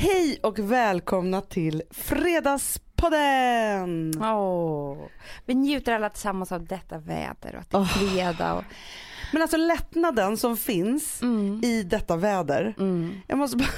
Hej och välkomna till Fredagspodden! Vi njuter alla tillsammans av detta väder och att det är fredag. Och... Men alltså lättnaden som finns i detta väder. Jag måste bara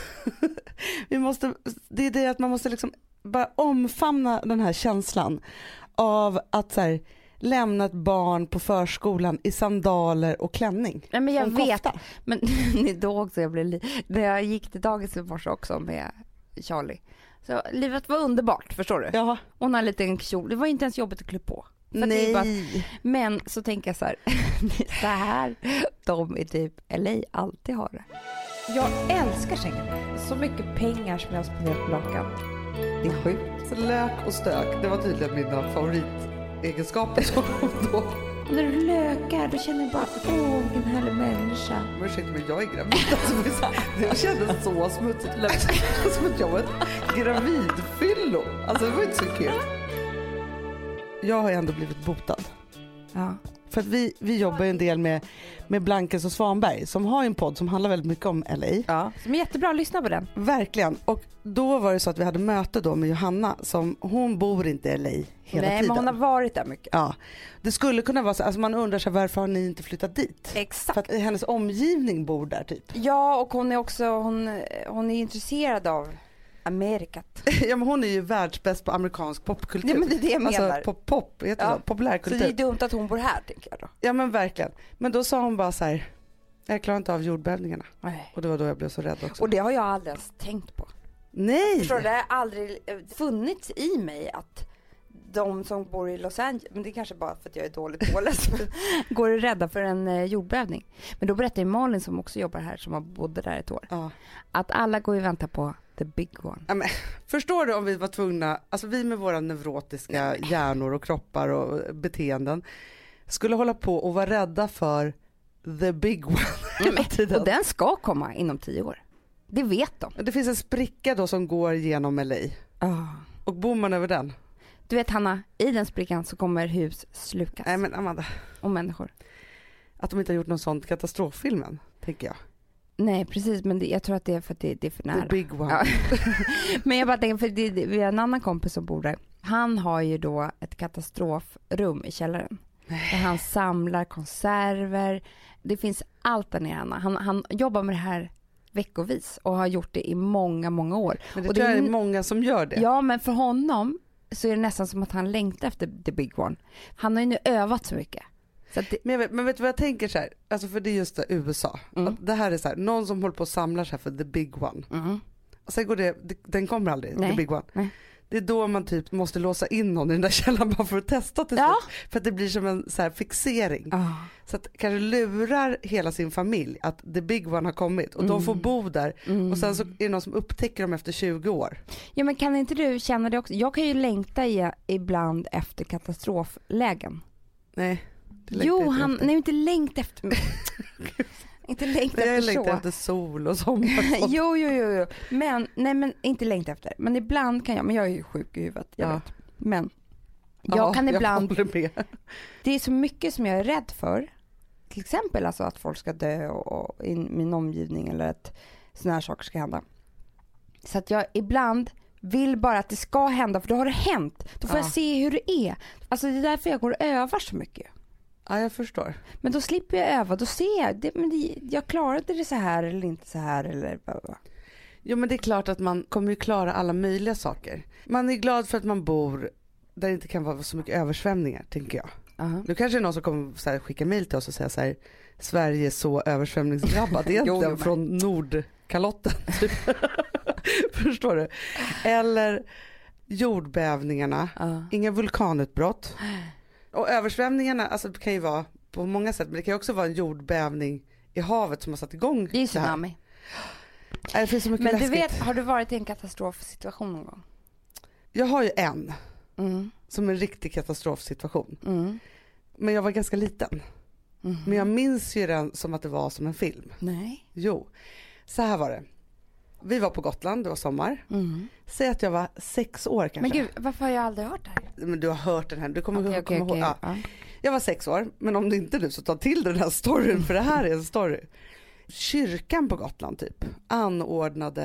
det är det att man måste liksom bara omfamna den här känslan av att så här, lämna ett barn på förskolan i sandaler och klänning. Nej, men jag vet. Kofta. Men det är då också jag blev när jag gick till dagis i morse också med Charlie. Så livet var underbart, förstår du? Ja. Hon har en liten kjol. Det var inte ens jobbigt att klä på. Nej. Bara, men så tänker jag så här, det är så här de i typ LA alltid har det. Jag älskar Schengen. Så mycket pengar som jag har spenderat på lakan. Det är sjukt. Så lök och stök, det var tydligen mina favoritegenskaper som då. När du lökar, då känner jag bara, vilken härlig människa. Men ursäkta mig, jag är gravid. Alltså, det kändes så smutsigt. Som att jag var ett gravidfyllo. Alltså det var inte så kul. Jag har ändå blivit botad. Ja. För att vi jobbar ju en del med Blankens och Svanberg som har en podd som handlar väldigt mycket om LA. Ja, som är jättebra att lyssna på den. Verkligen. Och då var det så att vi hade möte då med Johanna som hon bor inte i LA hela tiden. Nej, men hon har varit där mycket. Ja. Det skulle kunna vara så, alltså man undrar sig varför har ni inte flyttat dit? Exakt. För att hennes omgivning bor där typ. Ja, och hon är också hon är intresserad av Amerikat. Ja, men hon är ju världsbäst på amerikansk popkultur. Ja, men det är det jag menar. Alltså pop heter det, populärkultur. Så det är dumt att hon bor här, tänker jag då. Ja, men verkligen. Men då sa hon bara så här, jag klarar inte av jordbävningarna. Nej. Och det var då jag blev så rädd också. Och det har jag aldrig ens tänkt på. Nej! Förstår du, det har aldrig funnits i mig att de som bor i Los Angeles, men det är kanske bara för att jag är dåligt påläst, går rädda för en jordbävning. Men då berättar ju Malin som också jobbar här, som har bodde där ett år, att alla går och väntar på the big one. Ja, men, förstår du om vi var tvungna, alltså vi med våra neurotiska hjärnor och kroppar och beteenden skulle hålla på och vara rädda för the big one hela tiden. Och den ska komma inom 10 år. Det vet de. Det finns en spricka då som går genom LA. Och bor man över den? Du vet Hanna, i den sprickan så kommer hus slukas. Nej men Amanda. Och människor. Att de inte har gjort någon sån katastroffilmen, tänker jag. Nej precis, men jag tror att det är för att det är för nära. The big one. Ja. Men jag bara tänker, för vi har en annan kompis som bor där. Han har ju då ett katastrofrum i källaren. Där han samlar konserver. Det finns allt där nere. Han jobbar med det här veckovis och har gjort det i många, många år. Men det och tror jag är många som gör det. Ja, men för honom så är det nästan som att han längtar efter the big one. Han har ju nu övat så mycket. Så att men vet du vad jag tänker så här? Alltså för det är just det, USA. Att det här är så här, någon som håller på att samla sig för the big one. Och sen går den kommer aldrig, the big one. Nej. Det är då man typ måste låsa in någon i den där källan bara för att testa till slut. För att det blir som en så här fixering. Så att kanske lurar hela sin familj att the big one har kommit och de får bo där. Och sen så är det någon som upptäcker dem efter 20 år. Ja, men kan inte du känna det också? Jag kan ju längta ibland efter katastroflägen. Nej. Nej, inte längt efter mig. Inte längt efter så. Jag längtar efter sol och sommar. jo. Men inte längt efter. Men ibland kan jag, men jag är ju sjuk i huvudet, jag vet. Men jag kan ibland, det är så mycket som jag är rädd för. Till exempel alltså att folk ska dö och i min omgivning eller att såna här saker ska hända. Så att jag ibland vill bara att det ska hända, för då har det hänt. Då får jag se hur det är. Alltså det är därför jag går och övar så mycket. Ja, jag förstår. Men då slipper jag öva, då ser jag jag klarade det så här eller inte så här eller Jo, men det är klart att man kommer ju klara alla möjliga saker. Man är glad för att man bor där det inte kan vara så mycket översvämningar, tänker jag. Nu kanske är någon som kommer så här, skicka mejl till oss och säga så här: Sverige är så översvämningsdrabbad egentligen från Nordkalotten typ. Förstår du? Eller jordbävningarna, inga vulkanutbrott. Och översvämningarna, alltså det kan ju vara på många sätt, men det kan ju också vara en jordbävning i havet som har satt igång. Det är tsunami. Det finns så mycket men läskigt. Du vet, har du varit i en katastrofsituation någon gång? Jag har ju en som en riktig katastrofsituation. Men jag var ganska liten. Men jag minns ju den som att det var som en film. Nej. Jo, så här var det. Vi var på Gotland, det var sommar. Säg att jag var 6 år kanske. Men gud, varför har jag aldrig hört det här? Men du har hört den här, du kommer Okej. ihåg. Ja. Jag var 6 år, men om det inte du så ta till den här storyn, för det här är en story. Kyrkan på Gotland typ anordnade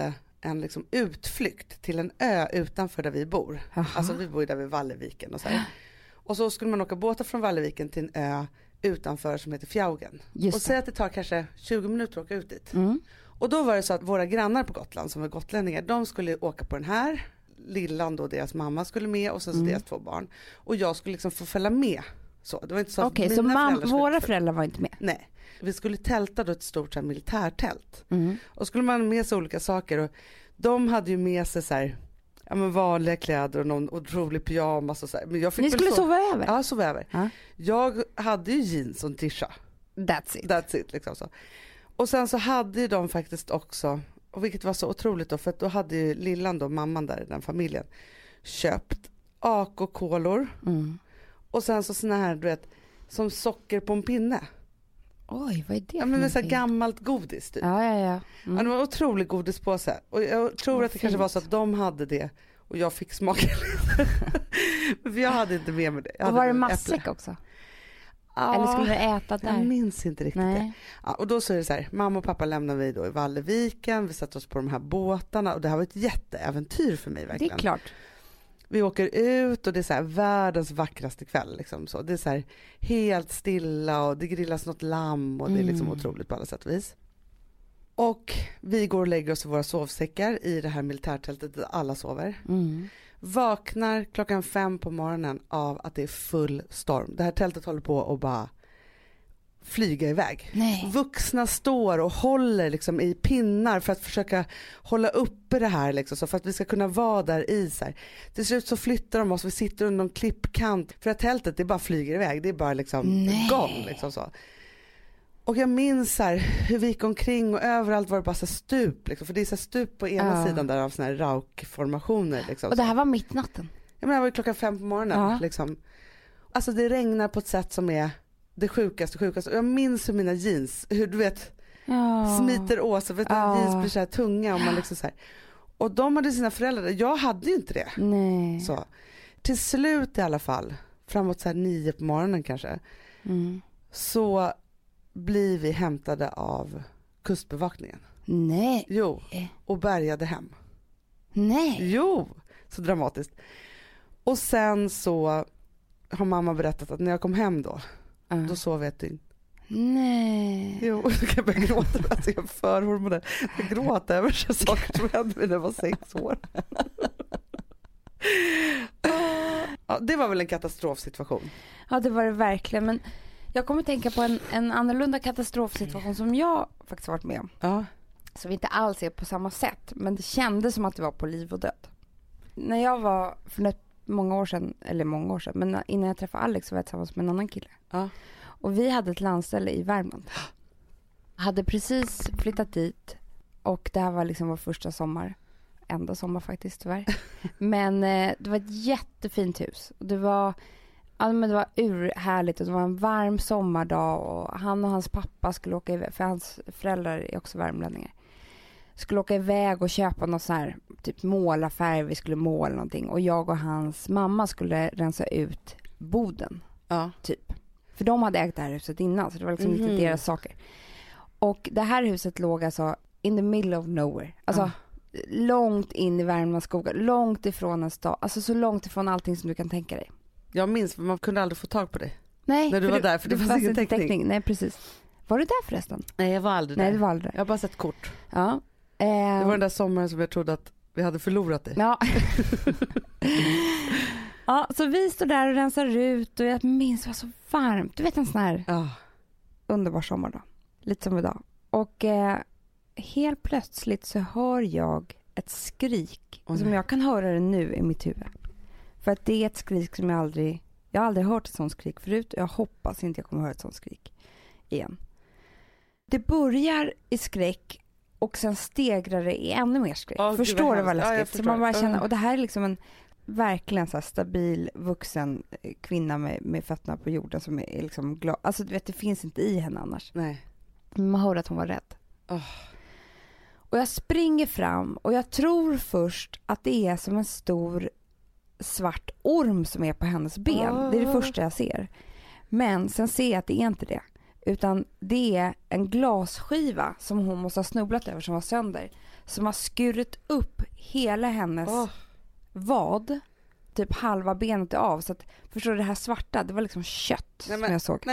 en liksom utflykt till en ö utanför där vi bor. Aha. Alltså vi bor ju där vid Valleviken och så här. Och så skulle man åka båtar från Valleviken till en ö utanför som heter Fjaugen. Och säg att det tar kanske 20 minuter att åka ut dit. Och då var det så att våra grannar på Gotland som var gotlänningar, de skulle åka på den här. Lillan då, deras mamma skulle med och sen så deras 2 barn. Och jag skulle liksom få följa med. Så det var inte så att så våra föräldrar var inte med? Nej. Vi skulle tälta då ett stort så här, militärtält. Och skulle man med sig olika saker och de hade ju med sig så här, ja, men vanliga kläder och någon otrolig pyjamas och så här. Men jag fick Ni skulle sova över? Ja, sova över. Jag hade ju jeans och en tisha. That's it liksom så. Och sen så hade ju de faktiskt också, och vilket var så otroligt då, för att då hade ju Lillan då, mamman där i den familjen, köpt AK-kolor och sen så såna här, du vet, som socker på en pinne. Oj, vad är det? Ja, men det är så här gammalt godis typ. Ja. Ja, det var en otrolig godispåse. Och jag tror att det kanske var så att de hade det och jag fick smaka lite. Men jag hade inte med mig det. Och var det matsäck också? Ja, eller skulle du äta där? Jag minns inte riktigt det. Ja, och då så är det så här, mamma och pappa lämnade vi då i Valleviken. Vi satte oss på de här båtarna och det här var ett jätteäventyr för mig verkligen. Det är klart. Vi åker ut och det är så här världens vackraste kväll liksom så. Det är så här helt stilla och det grillas något lamm och det är liksom otroligt på alla sätt och vis. Och vi går och lägger oss i våra sovsäckar i det här militärtältet där alla sover. Vaknar 5:00 på morgonen av att det är full storm. Det här tältet håller på att bara flyga iväg. Nej. Vuxna står och håller liksom i pinnar för att försöka hålla uppe det här liksom, så för att vi ska kunna vara där i så här. Till slut så flyttar de oss, vi sitter under någon klippkant för att tältet det bara flyger iväg, det är bara liksom gång liksom så. Och jag minns så här, hur vi gick omkring och överallt var det bara så stup liksom, för det är så stup på ena sidan där av såna här raukformationer liksom. Och det här var mitt natten? Ja, men det var ju 5:00 på morgonen liksom. Alltså det regnar på ett sätt som är det sjukaste. Och jag minns hur mina jeans, hur du vet, smiter åt så, vet du, jeans blir så här tunga och man liksom så här. Och de hade sina föräldrar, jag hade ju inte det. Nej. Så till slut i alla fall, framåt så här 9 på morgonen kanske, så blir vi hämtade av kustbevakningen. Nej. Jo, och bärgade hem. Nej. Jo, så dramatiskt. Och sen så har mamma berättat att när jag kom hem då sov jag ett dygn. Nej. Jo, så kan jag börja gråta. Alltså jag är för hormonell. Jag gråter över så saker som hände mig när jag var 6 år. Ja, det var väl en katastrofsituation. Ja, det var det verkligen. Men jag kommer tänka på en annorlunda katastrofsituation som jag faktiskt varit med om. Ja. Som vi inte alls är på samma sätt. Men det kändes som att det var på liv och död. När jag var för många år sedan, men innan jag träffade Alex så var jag tillsammans med en annan kille. Ja. Och vi hade ett landställe i Värmland. Hade precis flyttat dit och det här var liksom vår första sommar. Enda sommar faktiskt tyvärr. Men det var ett jättefint hus. Och det var urhärligt och det var en varm sommardag och han och hans pappa skulle åka iväg, för hans föräldrar är också värmlänningar. Skulle åka iväg och köpa något så här typ målarfärg, vi skulle måla någonting och jag och hans mamma skulle rensa ut boden. Ja. Typ. För de hade ägt det här huset innan så det var liksom lite deras saker. Och det här huset låg alltså in the middle of nowhere. Alltså långt in i Värmlands skogar, långt ifrån en stad, alltså så långt ifrån allting som du kan tänka dig. Jag minns, för man kunde aldrig få tag på dig. Nej, när du var där, för det fanns ingen täckning. Nej, precis. Var du där förresten? Nej, jag var aldrig där. Nej, du var aldrig där. Jag har bara sett kort. Ja. Det var den där sommaren som jag trodde att vi hade förlorat dig. Ja. Ja, så vi står där och rensar ut och jag minns det var så varmt. Du vet en sån här underbar sommar då. Lite som idag. Och helt plötsligt så hör jag ett skrik som jag kan höra det nu i mitt huvud. För att det är ett skrik som jag har aldrig hört ett sånt skrik förut. Jag hoppas inte jag kommer höra ett sånt skrik igen. Det börjar i skräck och sen stegrar det i ännu mer skräck. Förstår du vad läskigt? Så man bara känner, och det här är liksom en verkligen så här stabil vuxen kvinna med fötterna på jorden som är liksom glad. Alltså du vet, det finns inte i henne annars. Nej. Men man hör att hon var rädd. Och jag springer fram och jag tror först att det är som en stor svart orm som är på hennes ben. Det är det första jag ser. Men sen ser jag att det är inte det. Utan det är en glasskiva som hon måste ha snubblat över som var sönder. Som har skurit upp hela hennes vad. Typ halva benet är av. Så att, förstår du, det här svarta, det var liksom kött som jag såg.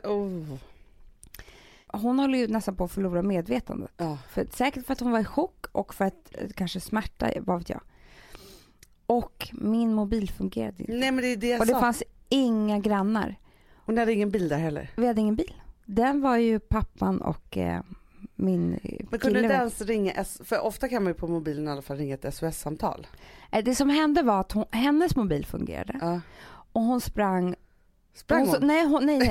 Hon håller ju nästan på att förlora medvetandet. Säkert för att hon var i chock och för att kanske smärta, vad vet jag. Och min mobil fungerade inte. Nej, men det är det jag och det fanns inga grannar. Och ni hade ingen bil där heller? Vi hade ingen bil. Den var ju pappan och min kille. Men kunde inte ens ringa, för ofta kan man ju på mobilen i alla fall ringa ett SOS-samtal. Det som hände var att hennes mobil fungerade. Och hon sprang. Nej.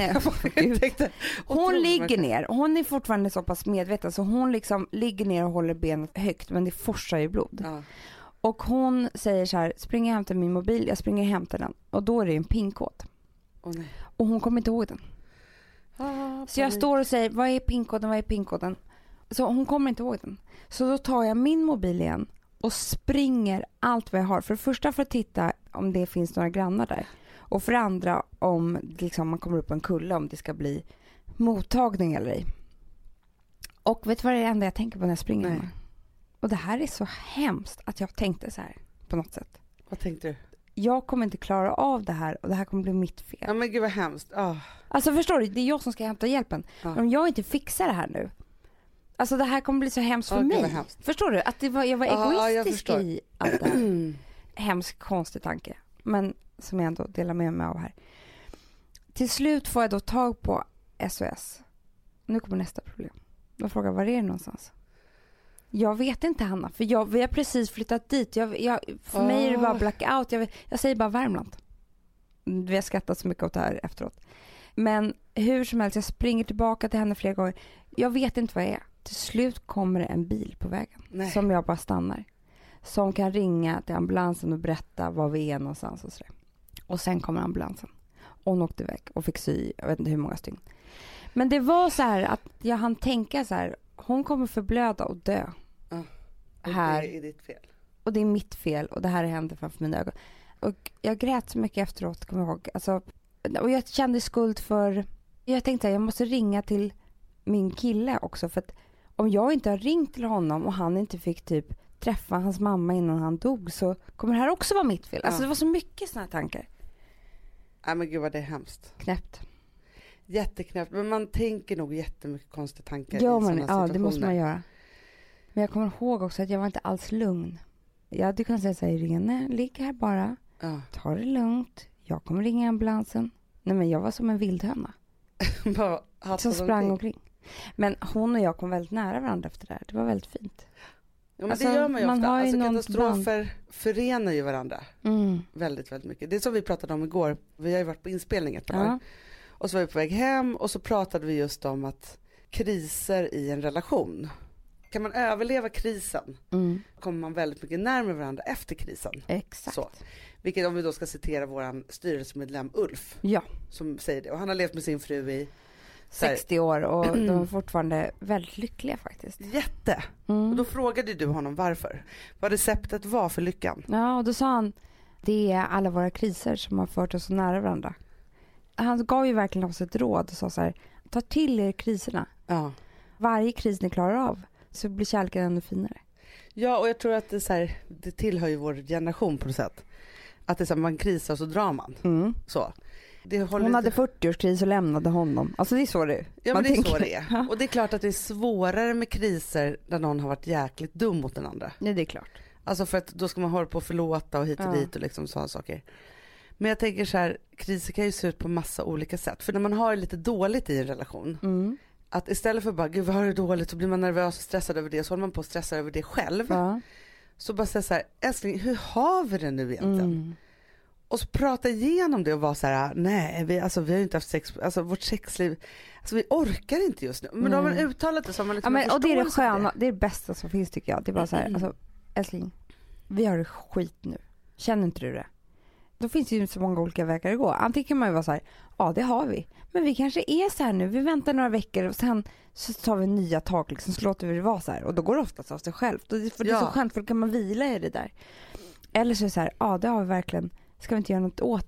Hon ligger ner. Hon är fortfarande så pass medveten så hon liksom ligger ner och håller benet högt, men det forsar ju blod. Och hon säger så här: spring och hämta min mobil, jag springer och hämtar den. Och då är det en pinkod. Och hon kommer inte ihåg den. Så jag står och säger, vad är pinkoden? Så hon kommer inte ihåg den. Så då tar jag min mobil igen och springer allt vad jag har. För det första för att titta om det finns några grannar där. Och för det andra om liksom, man kommer upp på en kulle, om det ska bli mottagning eller ej. Och vet du vad det är det enda jag tänker på när jag springer? Nej. Och det här är så hemskt att jag tänkte så här på något sätt. Vad tänkte du? Jag kommer inte klara av det här och det här kommer bli mitt fel. Ja, men gud vad hemskt. Alltså förstår du, det är jag som ska hämta hjälpen. Om jag inte fixar det här nu. Alltså det här kommer bli så hemskt för mig. Hemskt. Förstår du? Att jag var egoistisk i allt det här. Hemsk, konstig tanke. Men som jag ändå delar med mig av här. Till slut får jag då tag på SOS. Nu kommer nästa problem. De frågar, var är det någonstans? Jag vet inte, Hanna. För vi har precis flyttat dit. För mig är det bara blackout. Jag säger bara Värmland. Vi har skrattat så mycket åt det här efteråt. Men hur som helst, jag springer tillbaka till henne flera gånger. Jag vet inte vad jag är. Till slut kommer det en bil på vägen. Nej. Som jag bara stannar. Som kan ringa till ambulansen och berätta var vi är någonstans och sådär. Och sen kommer ambulansen. Och hon åkte iväg och fick sy, jag vet inte hur många stygn. Men det var så här att jag hann tänka så här. Hon kommer förblöda och dö. Och här. Det är ditt fel. Och det är mitt fel. Och det här händer framför mina ögon. Och jag grät så mycket efteråt, kommer jag ihåg. Alltså, och jag kände skuld för... Jag tänkte att jag måste ringa till min kille också. För att om jag inte har ringt till honom och han inte fick typ träffa hans mamma innan han dog, så kommer det här också vara mitt fel. Alltså det var så mycket såna här tankar. Nej, men gud vad det är hemskt. Knäppt. Jätteknäppt. Men man tänker nog jättemycket konstiga tankar i sådana situationer. Ja, det måste man göra. Men jag kommer ihåg också att jag var inte alls lugn. Jag hade kunnat säga så här, Irene, ligg här bara. Ta det lugnt. Jag kommer ringa ambulansen. Nej, men jag var som en vildhöna. Som sprang omkring. Men hon och jag kom väldigt nära varandra efter det här. Det var väldigt fint. Ja, men alltså, det gör man ju ofta. Alltså, katastrofer förenar ju varandra. Väldigt, väldigt mycket. Det är som vi pratade om igår. Vi har ju varit på inspelning ett par. Och så var vi på väg hem och så pratade vi just om att kriser i en relation. Kan man överleva krisen kommer man väldigt mycket närmare varandra efter krisen. Exakt. Så. Vilket, om vi då ska citera våran styrelsemedlem Ulf. Ja. Som säger det. Och han har levt med sin fru i 60 år och de är fortfarande väldigt lyckliga faktiskt. Jätte. Och då frågade du honom varför. Vad receptet var för lyckan. Ja, och då sa han, det är alla våra kriser som har fört oss så nära varandra. Han gav ju verkligen oss ett råd och sa så här, ta till er kriserna. Ja. Varje kris ni klarar av så blir kärleken ännu finare. Ja, och jag tror att det, så här, det tillhör ju vår generation på något sätt. Att det är så här, man krisar och så drar man. Så. Hon hade 40-årskris och lämnade honom. Alltså det är så det är. Ja, men det är så det är. Och det är klart att det är svårare med kriser där någon har varit jäkligt dum mot den andra. Nej, det är klart. Alltså för att då ska man hålla på att förlåta och hit och dit och liksom sådana saker. Men jag tänker så här, kriser kan ju se ut på massa olika sätt. För när man har det lite dåligt i en relation, att istället för bara, gud vad har det dåligt, så blir man nervös och stressad över det, så håller man på att stressa över det själv. Så bara säga så här, älskling, hur har vi det nu egentligen? Och så prata igenom det och vara så här, nej, vi har ju inte haft sex, alltså vårt sexliv, alltså vi orkar inte just nu. Men då har man uttalat det så man liksom och det är det sköna, det är det bästa som finns tycker jag. Det är bara så här, alltså älskling, vi har det skit nu. Känner inte du det? Då finns det ju så många olika vägar att gå. Antingen kan man ju vara så här, ja det har vi. Men vi kanske är så här nu, vi väntar några veckor och sen så tar vi nya tag liksom, så låter vi det vara så här. Och då går det oftast av sig självt. För det är så skönt, för då kan man vila i det där. Eller så är det så här, ja det har vi verkligen, ska vi inte göra något åt det?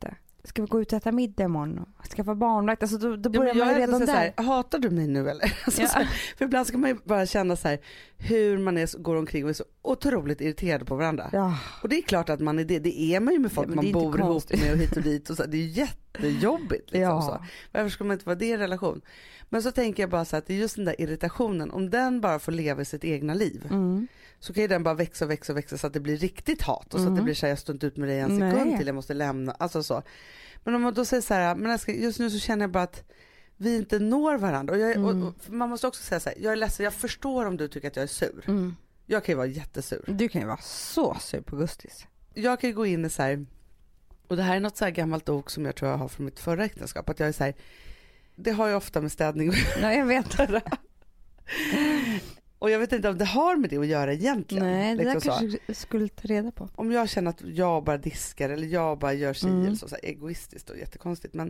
ska vi gå ut och äta middag imorgon? Ska vara barnvakt? Alltså då börjar man ju redan där. Så här, hatar du mig nu eller? Alltså, ja. så här, för ibland ska man ju bara känna så här, hur man går omkring och är så otroligt irriterad på varandra. Ja. Och det är klart att man är det. Det är man ju med folk man bor ihop med och hit och dit. Och så. Det är jättejobbigt. Liksom, ja. så. Varför ska man inte vara det i relation? Men så tänker jag bara så att det är just den där irritationen. Om den bara får leva sitt egna liv. Så kan ju den bara växa så att det blir riktigt hat. Och så att det blir så här, jag står inte ut med dig en sekund till jag måste lämna. Alltså så. Men om man då säger så här, men just nu så känner jag bara att vi inte når varandra. Och, man måste också säga så här, jag är ledsen, jag förstår om du tycker att jag är sur. Jag kan ju vara jättesur. Du kan ju vara så sur på Gustis. Jag kan ju gå in i så här, och det här är något så här gammalt ord som jag tror jag har från mitt förra äktenskap. Att jag är så här, det har jag ofta med städning. Ja, jag vet det. Och jag vet inte om det har med det att göra egentligen. Nej, det liksom där kanske jag skulle ta reda på. Om jag känner att jag bara diskar eller jag bara gör sig eller så här egoistiskt och jättekonstigt. Men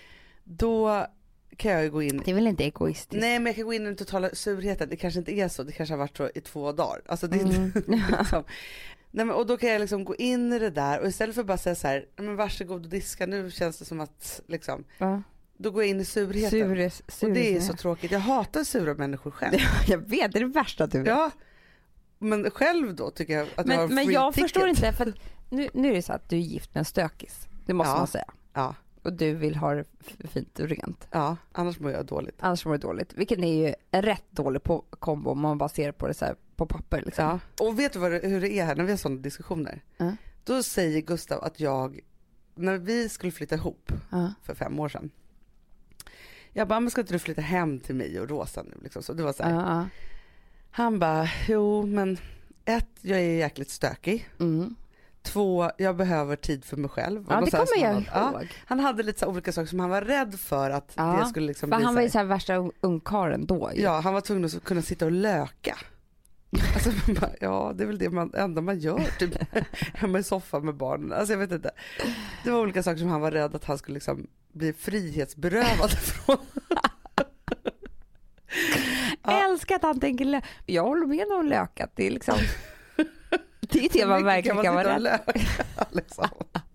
då kan jag ju gå in. Det är väl inte egoistiskt? Nej, men jag kan gå in i den totala surheten. Det kanske inte är så. Det kanske har varit så i 2 dagar. Alltså det är inte, liksom. Nej, men, och då kan jag liksom gå in i det där. Och istället för att bara säga så här, men varsågod och diska. Nu känns det som att liksom. Då går jag in i surheten. Och det är så tråkigt. Jag hatar sura människor själv. Jag vet, det är det värsta du vet. Ja. Men själv då tycker jag att jag har men jag ticket. förstår inte, för nu är det så att du är gift med en stökis. Det måste man säga. Ja. Och du vill ha det fint och rent. Ja, annars mår jag dåligt. Annars mår jag dåligt. Vilket är ju en rätt dålig kombo om man bara ser på det så här på papper. Liksom. Ja. Och vet du hur det är här när vi har sådana diskussioner? Då säger Gustav att när vi skulle flytta ihop för 5 år sedan. Jag bara, men ska inte du flytta hem till mig och Rosa nu? Liksom. Så det var så här. Han bara, jo men 1, jag är jäkligt stökig. 2, jag behöver tid för mig själv. Ja, det kommer jag ihåg. Han hade lite så olika saker som han var rädd för att det skulle liksom för bli han var ju så här värsta ungkaren då. Ju. Ja, han var tvungen att kunna sitta och löka. Alltså, ja, det är väl det enda man gör typ, hemma i soffan med barnen. Alltså jag vet inte. Det var olika saker som han var rädd att han skulle liksom bli frihetsberövad från. Älskar att han tänker jag håller med om lökat. Det är liksom det är det man verkligen kan vara rädd. Liksom.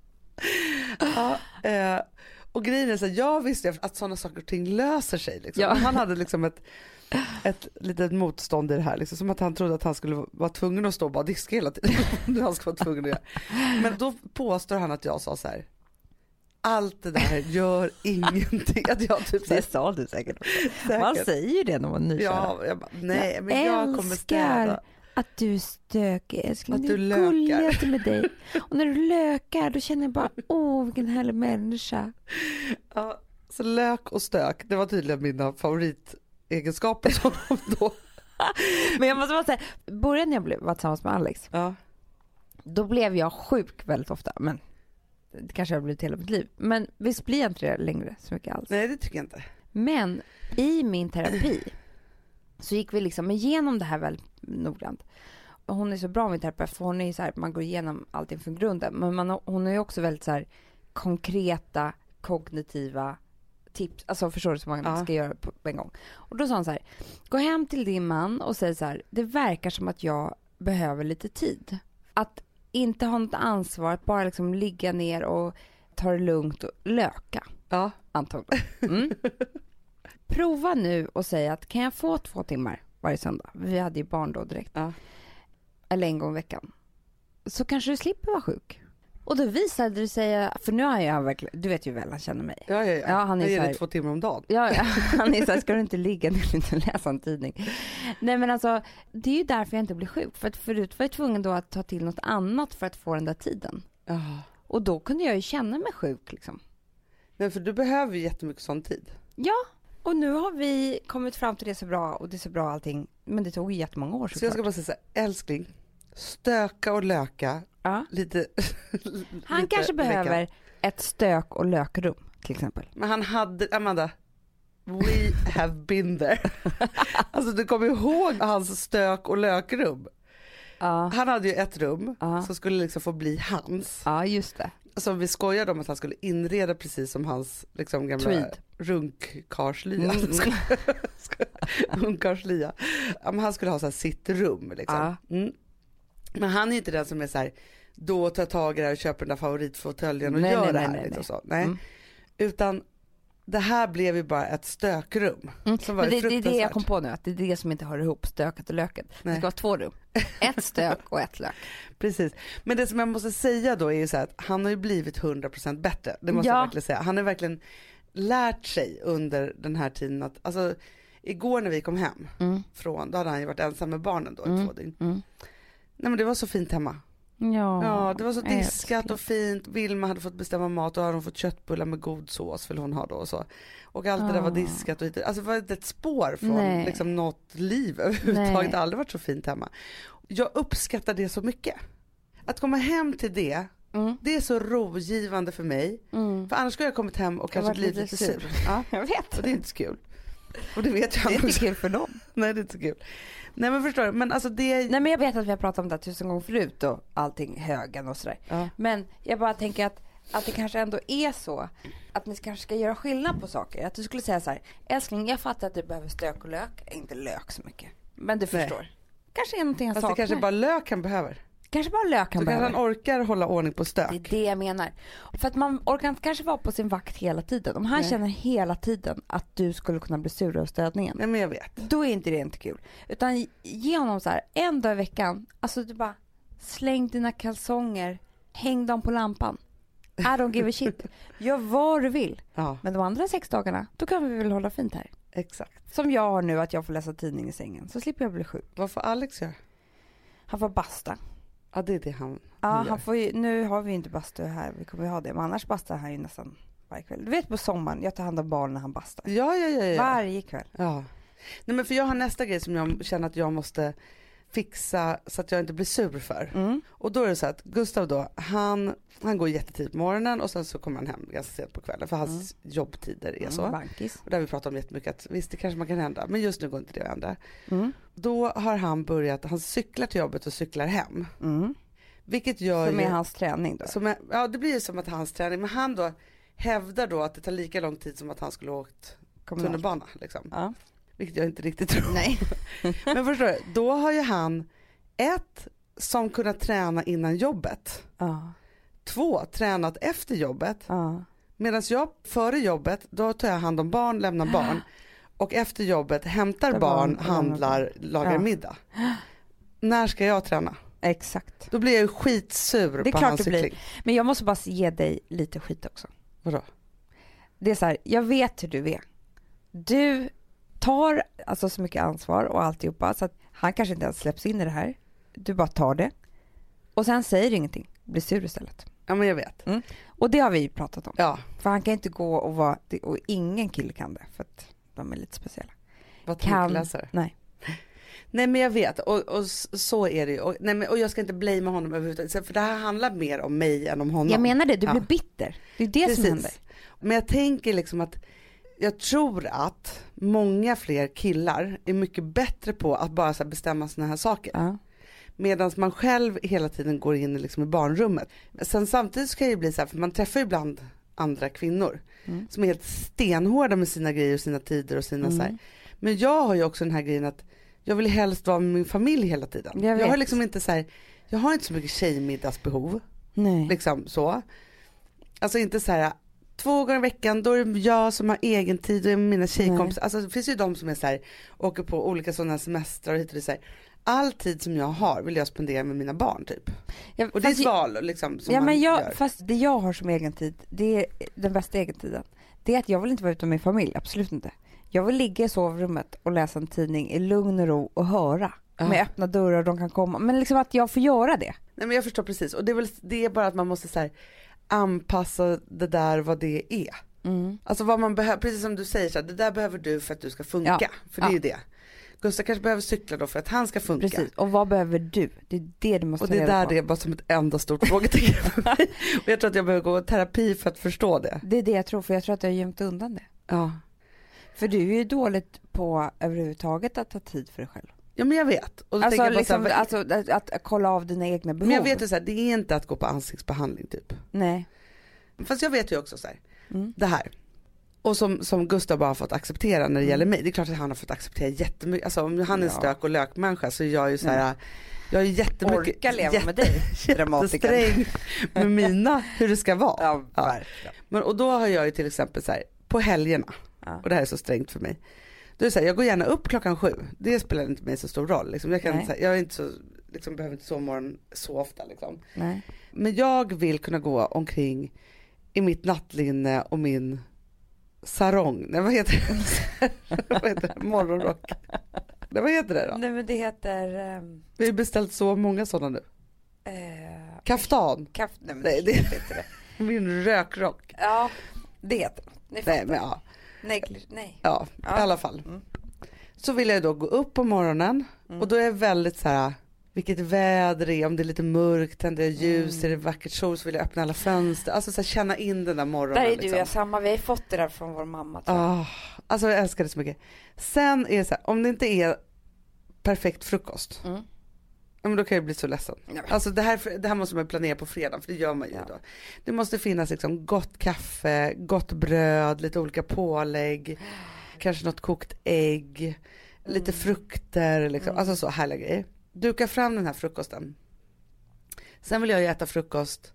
Och grejen är så här, jag visste att sådana saker och ting löser sig liksom. Han hade liksom ett litet motstånd i det här liksom, som att han trodde att han skulle vara tvungen att stå och bara diska hela tiden. Han skulle vara tvungen att göra. Men då påstår han att jag sa så här: allt det där gör ingenting. Att jag typ det sa du säkert. Man säger ju det när man är nykär. Ja, nej, men jag kommer städa. Att du är stökig, älskling. Att du lökar. Gulligaste med dig. Och när du lökar, då känner jag bara, vilken härlig människa. Ja, så lök och stök, det var tydligen mina favoritegenskaper som då. Men jag måste bara säga, början när jag var tillsammans med Alex, då blev jag sjuk väldigt ofta. Men det kanske har blivit hela mitt liv. Men visst blir jag inte det längre så mycket alls. Nej, det tycker jag inte. Men i min terapi så gick vi liksom igenom det här väldigt noggrant. Och hon är så bra med terapeut, för hon är så här, man går igenom allting från grunden. Men hon är ju också väldigt så här konkreta, kognitiva tips. Alltså förstår du, som man ska göra på en gång. Och då sa hon så här: gå hem till din man och säg så här: det verkar som att jag behöver lite tid. Att inte ha något ansvar, att bara liksom ligga ner och ta det lugnt och löka. Ja. Antagligen. Prova nu och säga att kan jag få 2 timmar varje söndag? Vi hade ju barn då direkt. Eller en gång i veckan. Så kanske du slipper vara sjuk. Och då visade det sig, för nu har jag verkligen, du vet ju väl, han känner mig. Ja, han är så här, 2 timmar om dagen. Ja, han är så här, ska du inte ligga ner och inte läsa en tidning? Nej, men alltså, det är ju därför jag inte blir sjuk. För att förut var jag tvungen då att ta till något annat för att få den där tiden. Och då kunde jag ju känna mig sjuk liksom. Nej, för du behöver ju jättemycket sån tid. Ja, och nu har vi kommit fram till det så bra, och det är så bra allting. Men det tog ju jättemånga år. Så jag ska bara säga så här, älskling, stöka och löka. Lite. Han kanske behöver ett stök- och lökrum till exempel. Men han hade, Amanda, we have been there. Alltså du kommer ihåg hans stök- och lökrum. Han hade ju ett rum som skulle liksom få bli hans. Ja, just det. Som vi skojade om att han skulle inreda precis som hans liksom gamla runkkarslya. Men han skulle ha så här sitt rum liksom. Men han är inte den som är så här, då tar tag i det här och köper den där favoritfåtöljen och gör det här och så. Nej. Utan det här blev ju bara ett stökrum. Som var men det är det jag kom på nu, att det är det som inte hör ihop, stöket och löket. Det ska vara 2 rum. Ett stök och ett lök. Precis. Men det som jag måste säga då är ju så här att han har ju blivit 100% bättre. Det måste jag verkligen säga. Han har verkligen lärt sig under den här tiden att, alltså igår när vi kom hem från, då hade han ju varit ensam med barnen då i 2 dygn. Nej men det var så fint hemma. Ja, det var så diskat och fint. Vilma hade fått bestämma mat och hade hon fått köttbullar med god sås, vill hon ha då och så. Och allt det där var diskat och alltså det var ett spår från liksom något liv överhuvudtaget. Det har aldrig varit så fint hemma. Jag uppskattar det så mycket. Att komma hem till det, det är så rogivande för mig. För annars skulle jag kommit hem och kanske blivit lite sur. Ja, jag vet. Och det är inte så kul. Och det vet jag. Det är inte kul för dem. Nej, det är inte så kul. Nej men förstår du, men alltså det... Nej men jag vet att vi har pratat om det 1000 gånger förut och allting högen och sådär. Ja. Men jag bara tänker att det kanske ändå är så att ni kanske ska göra skillnad på saker. Att du skulle säga så här: älskling, jag fattar att du behöver stök och lök. Inte lök så mycket. Men du förstår. Kanske är någonting han saknar. Fast det kanske bara lök han behöver. Kanske bara lök han behöver. Så kanske han orkar hålla ordning på stök. Det är det jag menar. För att man orkar inte kanske vara på sin vakt hela tiden. Om han känner hela tiden att du skulle kunna bli sur av stödningen. Nej men jag vet. Då är inte det inte kul. Utan ge honom så här 1 dag i veckan. Alltså du bara släng dina kalsonger. Häng dem på lampan. I don't give a shit. Gör vad du vill. Ja. Men de andra 6 dagarna, då kan vi väl hålla fint här. Exakt. Som jag har nu, att jag får läsa tidning i sängen. Så slipper jag bli sjuk. Vad får Alex göra? Han får basta. Ja, det är det han han får ju, nu har vi inte bastu här, vi kommer ju ha det. Men annars bastar han ju nästan varje kväll. Du vet på sommaren, jag tar hand om barnen när han bastar. Ja. Varje kväll. Ja. Nej men för jag har nästa grej som jag känner att jag måste fixa så att jag inte blir sur för. Och då är det så att Gustav då, han går jättetidigt på morgonen och sen så kommer han hem ganska sent på kvällen för hans jobbtider är så. Bankis. Och där har vi pratat om jättemycket att visst det kanske man kan hända, men just nu går inte det att hända. Då har han börjat, han cyklar till jobbet och cyklar hem. Vilket gör som är hans träning då? Ja, det blir ju som att hans träning, men han då hävdar då att det tar lika lång tid som att han skulle åkt tunnelbana liksom. Ja. Vilket jag inte riktigt tror. Nej. Men förstår du, då har ju han 1 som kunnat träna innan jobbet. 2 tränat efter jobbet. Medan jag före jobbet, då tar jag hand om barn, lämnar barn. Och efter jobbet hämtar barn, handlar, lagar middag. När ska jag träna? Exakt. Då blir jag ju skitsur på hans cykling. Men jag måste bara ge dig lite skit också. Vadå? Det är så här, jag vet hur du är. Du tar alltså så mycket ansvar och alltihopa så att han kanske inte ens släpps in i det här. Du bara tar det. Och sen säger ingenting. Blir sur istället. Ja men jag vet. Och det har vi pratat om. Ja. För han kan inte gå och vara, och ingen kille kan det för att de är lite speciella. Vad tankeläsare? Nej. Nej men jag vet och så är det ju. Och jag ska inte blamea honom överhuvudtaget. För det här handlar mer om mig än om honom. Jag menar det, du blir bitter. Det är det Precis. Som händer. Men jag tänker liksom att jag tror att många fler killar är mycket bättre på att bara så bestämma såna här saker. Medan man själv hela tiden går in liksom i barnrummet. Sen samtidigt ska det ju bli så här, för man träffar ju ibland andra kvinnor som är helt stenhårda med sina grejer och sina tider och sina så här. Men jag har ju också den här grejen att jag vill helst vara med min familj hela tiden. Jag har liksom inte så här, jag har inte så mycket tjejmiddagsbehov. Nej. Liksom så. Alltså inte så här 2 gånger i veckan, då är det jag som har egen tid och mina tjejkompisar. Alltså det finns ju de som är så här, åker på olika sådana semestrar och hit och det så här. All tid som jag har vill jag spendera med mina barn typ. Ja, och det är ett val liksom som man gör. Fast det jag har som egen tid, det är den bästa egen tiden. Det är att jag vill inte vara ute med min familj, absolut inte. Jag vill ligga i sovrummet och läsa en tidning i lugn och ro och höra. Med öppna dörrar och de kan komma. Men liksom att jag får göra det. Nej men jag förstår precis. Och det är bara att man måste så här, anpassa det där vad det är. Alltså vad man behöver, precis som du säger så här, det där behöver du för att du ska funka. För det är ju det. Gustav kanske behöver cykla då för att han ska funka. Precis, och vad behöver du? Det är det du måste reda på. Och det där det är bara som ett enda stort frågetecken för mig. Och jag tror att jag behöver gå i terapi för att förstå det. Det är det jag tror, för jag tror att jag har gömt undan det. Ja. För du är ju dåligt på överhuvudtaget att ta tid för dig själv. Ja men jag vet. Och alltså, jag liksom, att kolla av dina egna behov. Men jag vet ju så här, det är inte att gå på ansiktsbehandling typ. Nej. Fast jag vet ju också så här, det här. Och som Gustav bara har fått acceptera när det gäller mig. Det är klart att han har fått acceptera jättemycket. Alltså om han är en stök- och lökmänniska så jag är ju så här... Jag är jättemycket... Orka leva med dig, jättesträng med mina, hur det ska vara. Ja, verkligen. Men, och då har jag ju till exempel så här, på helgerna, och det här är så strängt för mig. Då är det så här, jag går gärna upp 7:00. Det spelar inte mig så stor roll. Liksom. Jag är inte så... Liksom, behöver inte sova morgon så ofta liksom. Nej. Men jag vill kunna gå omkring i mitt nattlinne och min sarong. Nej, vad heter det? Vad heter det? Morgonrock. Nej, vad heter det då? Nej, men det heter... Vi har beställt så många sådana nu. Kaftan. Nej, det heter inte det. Min rökrock. Ja, det heter det. Nej, men ja. Nej. Ja, i alla fall. Så vill jag då gå upp på morgonen. Och då är jag väldigt så här... Vilket väder det är, om det är lite mörkt, tänder jag ljus, är det vackert sol så vill jag öppna alla fönster. Alltså så här, känna in den där morgonen. Där är du och jag samma, vi har fått det där från vår mamma. Alltså jag älskar det så mycket. Sen är det så här, om det inte är perfekt frukost, men då kan jag bli så ledsen. Alltså det här måste man planera på fredag, för det gör man ju då. Det måste finnas liksom gott kaffe, gott bröd, lite olika pålägg, kanske något kokt ägg, lite frukter, liksom. Alltså så härliga grejer. Duka fram den här frukosten. Sen vill jag ju äta frukost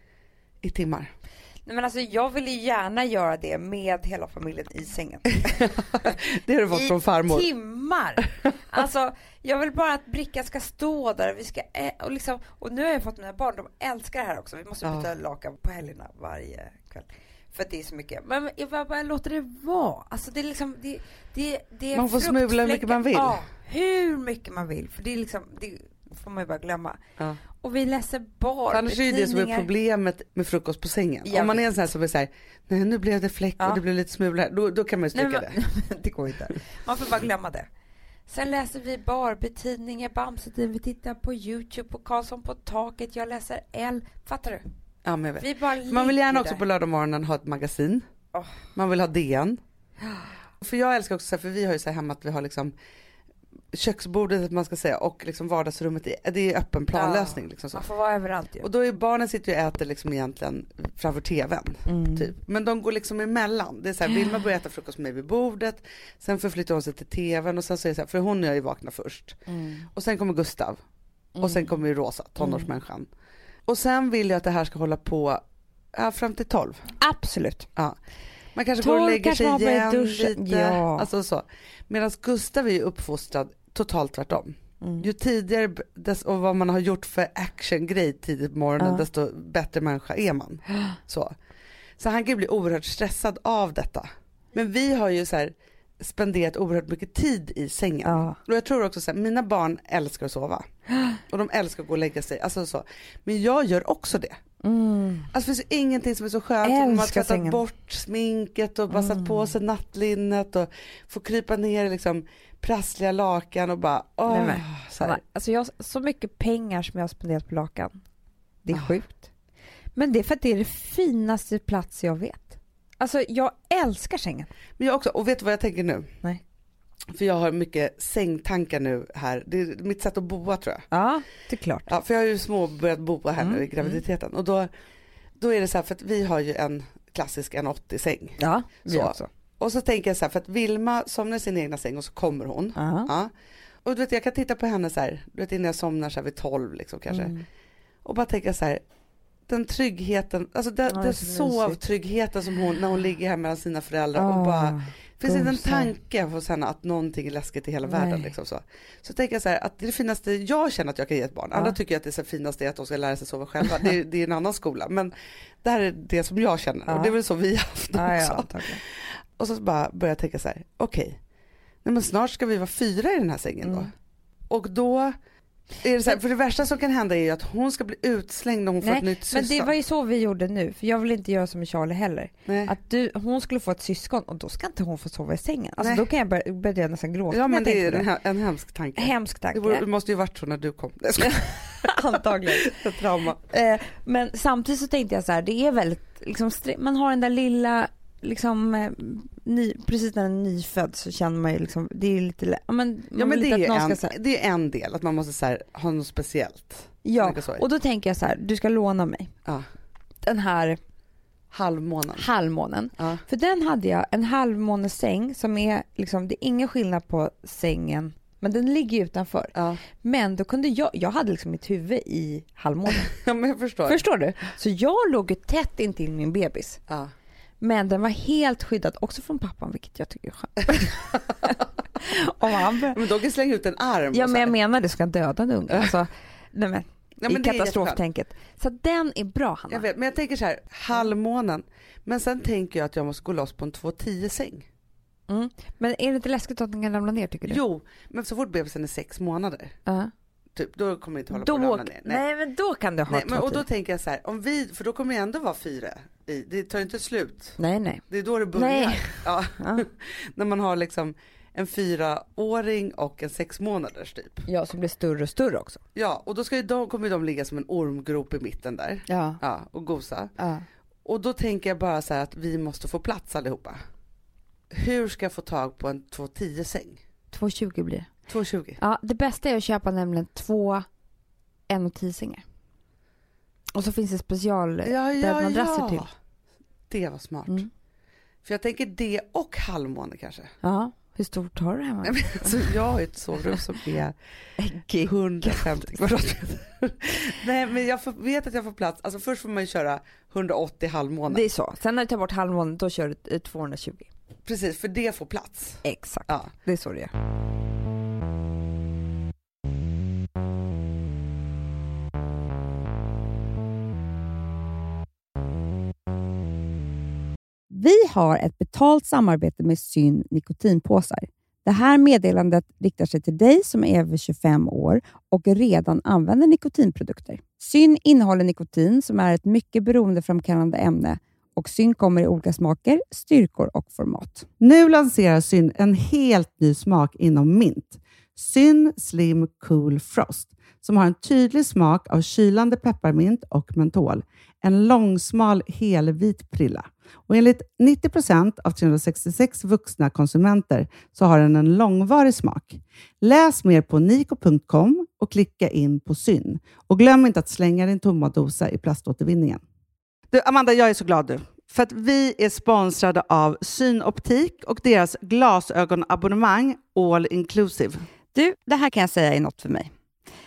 i timmar. Nej, men alltså jag vill ju gärna göra det med hela familjen i sängen. Det har du fått från farmor. I timmar. Alltså jag vill bara att brickan ska stå där. Vi ska och liksom, och nu har jag fått mina barn, de älskar det här också. Vi måste byta lakan på helgerna varje kväll. För att det är så mycket. Men jag bara låter det vara. Alltså det är liksom det är man får smula hur mycket man vill. Ja, hur mycket man vill. För det är liksom, det får man ju bara glömma. Ja. Och vi läser bara annars är det som är problemet med frukost på sängen. Om man är en sån här som är såhär, nej nu blev det fläck och det blev lite smula här. Då kan man ju stryka det. Det går inte. Man får bara glömma det. Sen läser vi Barbie-tidningar, Bamse-tidningar, vi tittar på YouTube, på Karlsson på taket, jag läser L. Fattar du? Ja, men jag vet. Man vill gärna också på lördagmorgonen ha ett magasin. Man vill ha DN. För jag älskar också, för vi har ju så här hemma att vi har liksom köksbordet, man ska säga, och liksom vardagsrummet, det är öppen planlösning. Liksom så. Man får vara överallt ju. Och då är barnen sitter ju och äter liksom egentligen framför tvn. Typ. Men de går liksom emellan. Det är så här, Vilma börjar äta frukost med mig vid bordet, sen förflyttar hon sig till tvn och sen så är det så här, för hon och jag är vakna först. Och sen kommer Gustav. Och sen kommer ju Rosa, tonårsmänniskan. Och sen vill jag att det här ska hålla på fram till 12. Absolut. Ja. Man kanske går och lägger sig igen lite. Ja. Alltså så. Medan Gustav är ju uppfostrad totalt tvärtom. Ju tidigare och vad man har gjort för actiongrej tidigt på morgonen, desto bättre människa är man. Så han kan ju bli oerhört stressad av detta. Men vi har ju så här spenderat oerhört mycket tid i sängen. Och jag tror också så här, mina barn älskar att sova. Och de älskar att gå och lägga sig. Alltså så. Men jag gör också det. Alltså det finns ingenting som är så skönt som att man tvättat bort sminket och bara satt på sig nattlinnet och få krypa ner i liksom prassliga lakan och bara så här. Alltså jag så mycket pengar som jag har spenderat på lakan. Det är sjukt. Men det är för att det är det finaste plats jag vet. Alltså jag älskar sängen. Men jag också, och vet du vad jag tänker nu? Nej. För jag har mycket sängtankar nu här. Det är mitt sätt att boa, tror jag. Ja, det är klart. Ja, för jag har ju börjat boa här nu i graviditeten. Och då är det så här, för att vi har ju en klassisk 1,80-säng. Ja, vi också. Och så tänker jag så här, för att Vilma somnar i sin egna säng och så kommer hon. Ja. Och du vet, jag kan titta på henne så här, du vet, innan jag somnar så här vid 12 liksom kanske. Och bara tänka så här, den tryggheten, alltså den sovtryggheten som hon, när hon ligger här mellan sina föräldrar och bara, finns inte en tanke hos henne att någonting är läskigt i hela världen liksom så tänker jag så här, att det är det finaste jag känner att jag kan ge ett barn. Andra tycker att det är så finaste är att de ska lära sig sova själva. Det är en annan skola, men det här är det som jag känner och det är väl så vi har haft också. Och så bara börjar jag tänka så här, okej, men snart ska vi vara 4 i den här sängen då. Och då är det så här, för det värsta som kan hända är ju att hon ska bli utslängd när hon får ett nytt syskon. Men det var ju så vi gjorde nu, för jag vill inte göra som med Charlie heller. Att hon skulle få ett syskon och då ska inte hon få sova i sängen. Alltså då kan jag börja nästan gråta. Ja, men det är en hemsk tanke. Hemsk tanke. Det måste ju varit så när du kom. Antagligen. Ett trauma. Men samtidigt så tänkte jag så här, det är väldigt liksom, man har den där lilla liksom precis när den är nyfödd så känner man ju liksom, det är lite men det är en del att man måste så här, ha något speciellt. Ja, och då tänker jag så här, du ska låna mig den här Halvmånen. Ja. För den hade jag en halvmånesäng som är liksom, det är ingen skillnad på sängen. Men den ligger utanför. Ja. Men då kunde jag hade liksom mitt huvud i halvmånen. Ja, men jag förstår. Förstår du? Så jag låg ju tätt intill min bebis. Ja. Men den var helt skyddad också från pappan, vilket jag tycker är skönt. Men då kan slänga ut en arm. Ja, men jag menar det ska döda en unge. Alltså, nej men. Ja, i katastroftänket. Så den är bra, Hanna. Jag vet, men jag tänker så här, halvmånen. Men sen tänker jag att jag måste gå loss på en 2-10-säng. Mm. Men är det inte läskigt att den kan ramla ner, tycker du? Jo, men så fort bebisen är 6 månader. Typ, då kommer det inte hålla på att ramla ner. Nej, men då kan det ha men, och då tänker jag så här, för då kommer det ändå vara 4 i. Det tar inte slut. Nej. Det är då det börjar. Ja. När man har liksom en 4-åring och en 6 månaders typ. Ja, som blir större och större också. Ja, och då kommer de ligga som en ormgrop i mitten där. Ja, och gosa. Ja. Och då tänker jag bara så här att vi måste få plats allihopa. Hur ska jag få tag på en 2-10-säng? 2,20 blir det. 2,20? Ja, det bästa är att köpa nämligen 2 1,10-sängar. Och så finns det madrasser till. Det var smart. Mm. För jag tänker det och halvmåne kanske. Ja, hur stort har du hemma? Så jag har ett sovrum som är 150 kvadratmeter. Nej, men jag vet att jag får plats. Alltså först får man ju köra 180 halvmåne. Det är så. Sen när du tar bort halvmåne, då kör du 220. Precis, för det får plats. Exakt, ja. Det är så det är. Vi har ett betalt samarbete med Syn nikotinpåsar. Det här meddelandet riktar sig till dig som är över 25 år och redan använder nikotinprodukter. Syn innehåller nikotin som är ett mycket beroendeframkallande ämne och Syn kommer i olika smaker, styrkor och format. Nu lanserar Syn en helt ny smak inom mint. Syn Slim Cool Frost som har en tydlig smak av kylande pepparmint och mentol. En långsmal helvit prilla. Och enligt 90% av 366 vuxna konsumenter så har den en långvarig smak. Läs mer på niko.com och klicka in på Syn. Och glöm inte att slänga din tomma dosa i plaståtervinningen. Du, Amanda, jag är så glad du. För att vi är sponsrade av Synoptik och deras glasögonabonnemang All Inclusive. Du, det här kan jag säga är något för mig.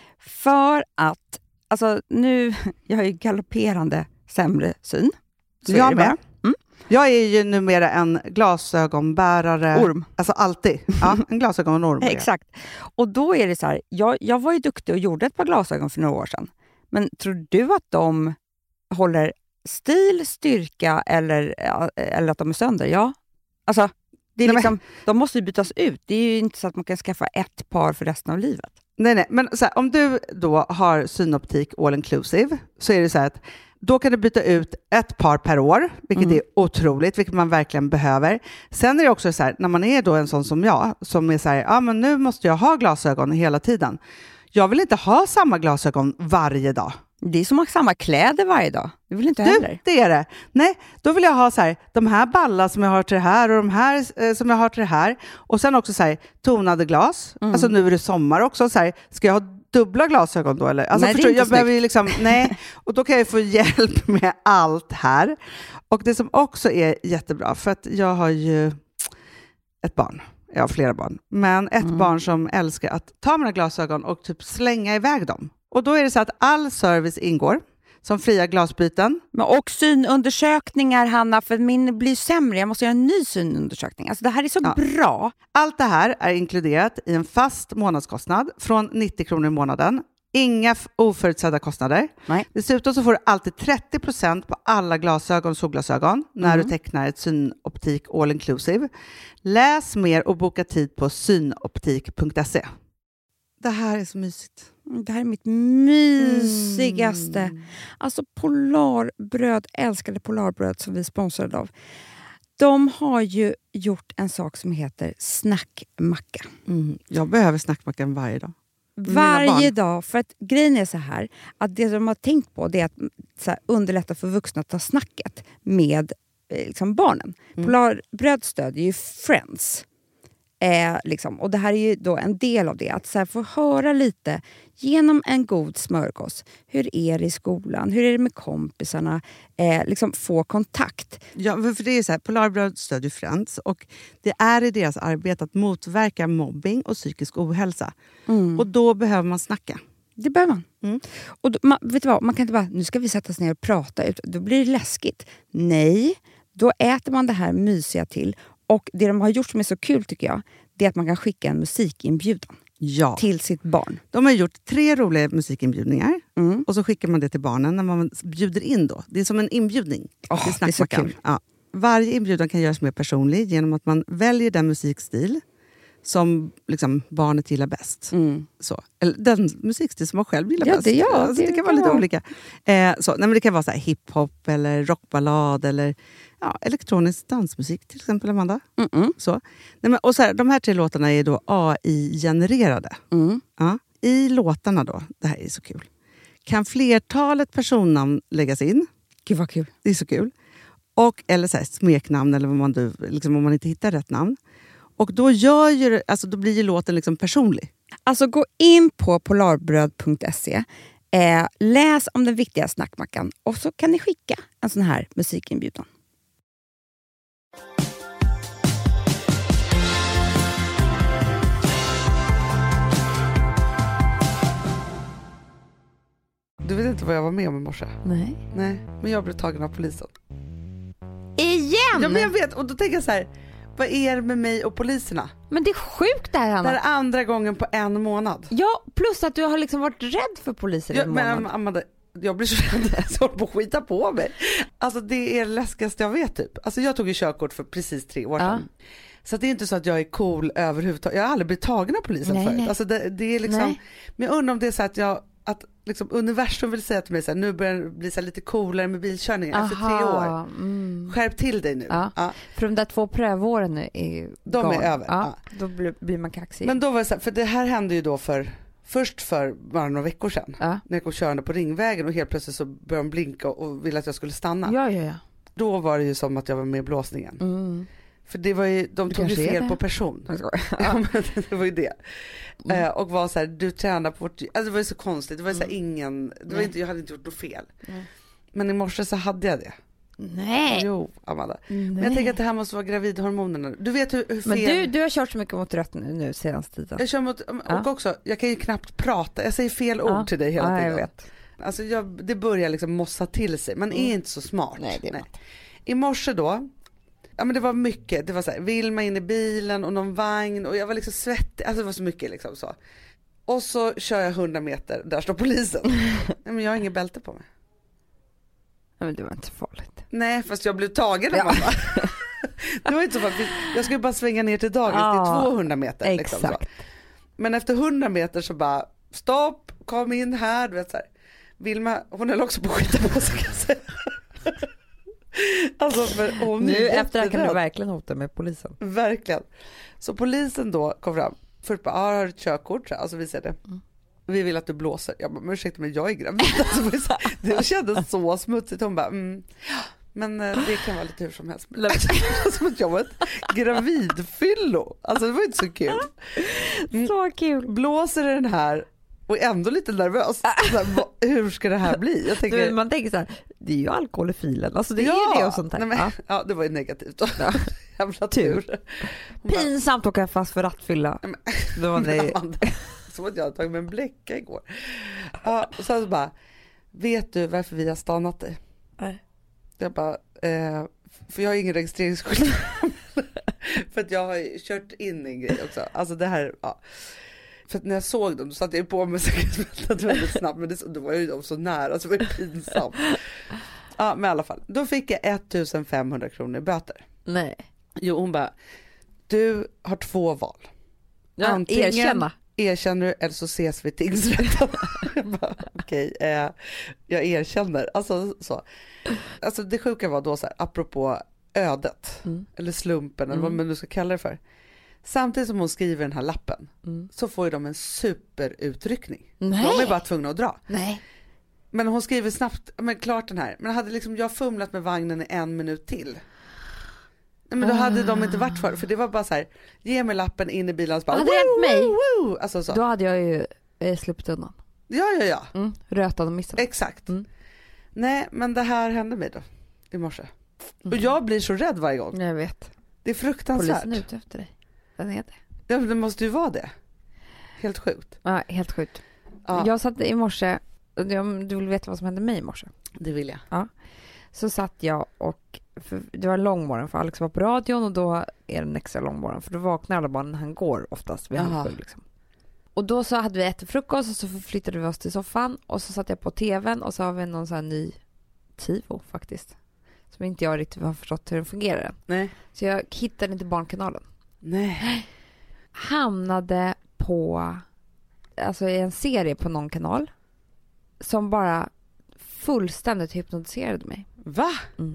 För att, alltså nu, jag har ju galopperande sämre syn. Så jag med. Mm. Jag är ju numera en glasögonbärare. Orm. Alltså alltid. Ja, en glasögonorm. Exakt. Och då är det så här, jag var ju duktig och gjorde ett par glasögon för några år sedan. Men tror du att de håller stil, styrka eller att de är sönder? Ja. Alltså, det är liksom, de måste ju bytas ut. Det är ju inte så att man kan skaffa ett par för resten av livet. Nej, men så här, om du då har Synoptik All Inclusive så är det så här att då kan du byta ut ett par per år, vilket är otroligt, vilket man verkligen behöver. Sen är det också så här, när man är då en sån som jag, som är så här, men nu måste jag ha glasögon hela tiden. Jag vill inte ha samma glasögon varje dag. Det är som att ha samma kläder varje dag. Det vill inte heller. Det är det. Nej, då vill jag ha så här, de här ballar som jag har till det här och de här som jag har till det här. Och sen också så här, tonade glas. Alltså nu är det sommar också. Så här, ska jag ha dubbla glasögon då? Eller? Alltså, nej, förstår, jag behöver ju liksom, nej. Och då kan jag få hjälp med allt här. Och det som också är jättebra, för att jag har ju ett barn. Jag har flera barn. Men ett barn som älskar att ta mina glasögon och typ slänga iväg dem. Och då är det så att all service ingår, som fria glasbyten. Och synundersökningar, Hanna, för min blir sämre. Jag måste göra en ny synundersökning. Alltså det här är så bra. Allt det här är inkluderat i en fast månadskostnad från 90 kronor i månaden. Inga oförutsedda kostnader. Nej. Dessutom så får du alltid 30% på alla glasögon och solglasögon när du tecknar ett Synoptik All Inclusive. Läs mer och boka tid på synoptik.se. Det här är så mysigt. Det här är mitt mysigaste. Alltså Polarbröd, älskade Polarbröd som vi sponsrade av. De har ju gjort en sak som heter snackmacka. Jag behöver snackmackan varje dag. Varje dag, för att grejen är så här att det de har tänkt på det är att så här, underlätta för vuxna att ta snacket med liksom barnen. Polarbröd stödjer ju Friends. Liksom. Och det här är ju då en del av det. Att så här, få höra lite genom en god smörgås. Hur är det i skolan? Hur är det med kompisarna? Liksom få kontakt. Ja, för det är så här, Polarbröd stödjer Friends. Och det är i deras arbete att motverka mobbing och psykisk ohälsa. Och då behöver man snacka. Det behöver man. Och då, vet du vad? Man kan inte bara, nu ska vi sätta oss ner och prata. Då blir det läskigt. Nej, då äter man det här mysiga till. Och det de har gjort som är så kul tycker jag, det är att man kan skicka en musikinbjudan till sitt barn. De har gjort 3 roliga musikinbjudningar och så skickar man det till barnen när man bjuder in då. Det är som en inbjudning. Det är så kul. Ja. Varje inbjudan kan göras mer personlig genom att man väljer den musikstil som liksom barnet gillar bäst. Så. Eller den musikstil som man själv gillar bäst. Det kan vara lite olika. Det kan vara så här hiphop eller rockballad eller elektronisk dansmusik till exempel, Amanda. Så. Och så här, de här 3 låtarna är då AI-genererade. Ja. I låtarna då, det här är så kul, kan flertalet personnamn läggas in. Gud vad kul. Det är så kul. Och, eller så här, smeknamn eller vad man, liksom, om man inte hittar rätt namn. Och då, då blir ju låten liksom personlig. Alltså gå in på polarbröd.se, läs om den viktiga snackmackan och så kan ni skicka en sån här musikinbjudan. Du vet inte vad jag var med om i morse? Nej. Men jag blev tagen av polisen. Igen? Ja, men jag vet. Och då tänker jag så här, vad är det med mig och poliserna? Men det är sjukt det här, Hanna. Det är andra gången på 1 månad. Ja, plus att du har liksom varit rädd för poliser i en månad. Men Amanda, jag blir så rädd att jag håller på att skita på mig. Alltså det är det läskigaste jag vet typ. Alltså jag tog ju körkort för precis 3 år sedan. Så det är inte så att jag är cool överhuvudtaget. Jag har aldrig blivit tagen av polisen förut. Alltså det är liksom, men jag undrar om det är så att liksom universum vill säga till mig så här, nu börjar det bli så lite coolare med bilkörning efter 3 år. Skärp till dig nu. Ja. För de där 2 prövåren är över. Ja. Då blir man kaxig. Men då var det så här, för det här hände ju då först för bara några veckor sedan. När jag kom körande på Ringvägen och helt plötsligt så började de blinka och ville att jag skulle stanna. Ja. Då var det ju som att jag var med i blåsningen. För det var ju, de tog ju fel på person. Ja, men det var ju det. Och var så här, du tränar på vårt... Alltså det var ju så konstigt. Det var så här, jag hade inte gjort något fel. Men i morse så hade jag det. Nej. Jo, Amanda. Men jag tänker att det här måste vara gravidhormonerna. Du vet hur fel... Men du har kört så mycket mot rött nu senaste tiden. Jag kör mot... Och också, jag kan ju knappt prata. Jag säger fel ord till dig hela tiden. Jag vet. Alltså det börjar liksom mossa till sig. Man är inte så smart. Nej. I morse då... Ja, men det var mycket. Det var så här, Vilma in i bilen och någon vagn och jag var liksom svettig. Alltså det var så mycket liksom så. Och så kör jag 100 meter, där står polisen. Nej, men jag har ingen bälte på mig. Men det var inte så farligt. Nej, fast jag blev tagen av mamma. Det var inte så farligt. Jag skulle bara svänga ner till dagis till 200 meter. Liksom, så. Men efter 100 meter så bara, stopp, kom in här. Du vet, så här. Vilma, hon höll också på att skita på sig, kan jag säga. Alltså för nu efter det kan du verkligen hota med polisen. Verkligen. Så polisen då kom fram. Först bara, har du ett körkort? Alltså vi ser det. Vi vill att du blåser. Jag bara, men ursäkta mig, jag är gravid. Alltså, det kändes så smutsigt. Hon bara, men det kan vara lite hur som helst. Som att jag var ett gravidfyllo. Alltså det var inte så kul. Så kul. Blåser den här och ändå lite nervös. Så här, hur ska det här bli? Jag tänker, man tänker så här, det är ju alkohol i filen. Alltså det är ju det och sånt där. Nej, men, det var ju negativt. Jävla tur. Pinsamt att åka fast för rattfylla. Då var det... Som att jag hade tagit med en bläcka igår. Och sen så bara, vet du varför vi har stannat dig? Nej. Jag bara, för jag har ingen registreringsskylt. För att jag har kört in en grej också. Alltså det här, För att när jag såg dem, då satte jag på mig säkerhetsbältet väldigt snabbt. Men då var ju de så nära, så det var pinsamt. Men i alla fall. Då fick jag 1500 kronor i böter. Nej. Jo, hon bara, du har 2 val. Ja, antingen erkänner du eller så ses vi i tingsrätten. Okej, jag erkänner. Alltså det sjuka var då så här, apropå ödet. Eller slumpen, eller vad man nu ska kalla det för. Samtidigt som hon skriver den här lappen så får ju de en superutryckning. Nej. De är bara tvungna att dra. Nej. Men hon skriver snabbt, men klart den här. Men hade liksom jag fumlat med vagnen i 1 minut till. Nej, men då hade de inte varit för det var bara så här, ge mig lappen in i bilen och bara, hade det hänt mig, alltså så. Då hade jag ju släppt undan. Ja. Rötad och missad. Exakt. Nej, men det här hände mig då i morse. Och jag blir så rädd varje gång. Jag vet. Det är fruktansvärt. Polisen är ute efter dig. Den är det. Ja, det måste ju vara det. Helt sjukt. Ja, helt sjukt. Ja. Jag satt i morse, du vill veta vad som hände mig i morse? Det vill jag. Ja. Så satt jag och, det var en lång morgon för Alex var på radion och då är det en extra lång morgon för då vaknar alla barnen när han går oftast vid 6:30 liksom. Och då så hade vi ätit frukost och så flyttade vi oss till soffan och så satt jag på tvn och så har vi någon sån här ny TiVo faktiskt. Som inte jag riktigt har förstått hur den fungerar än. Nej. Så jag hittade inte Barnkanalen. Nej. Hamnade på, alltså i en serie på någon kanal som bara fullständigt hypnotiserade mig. Va?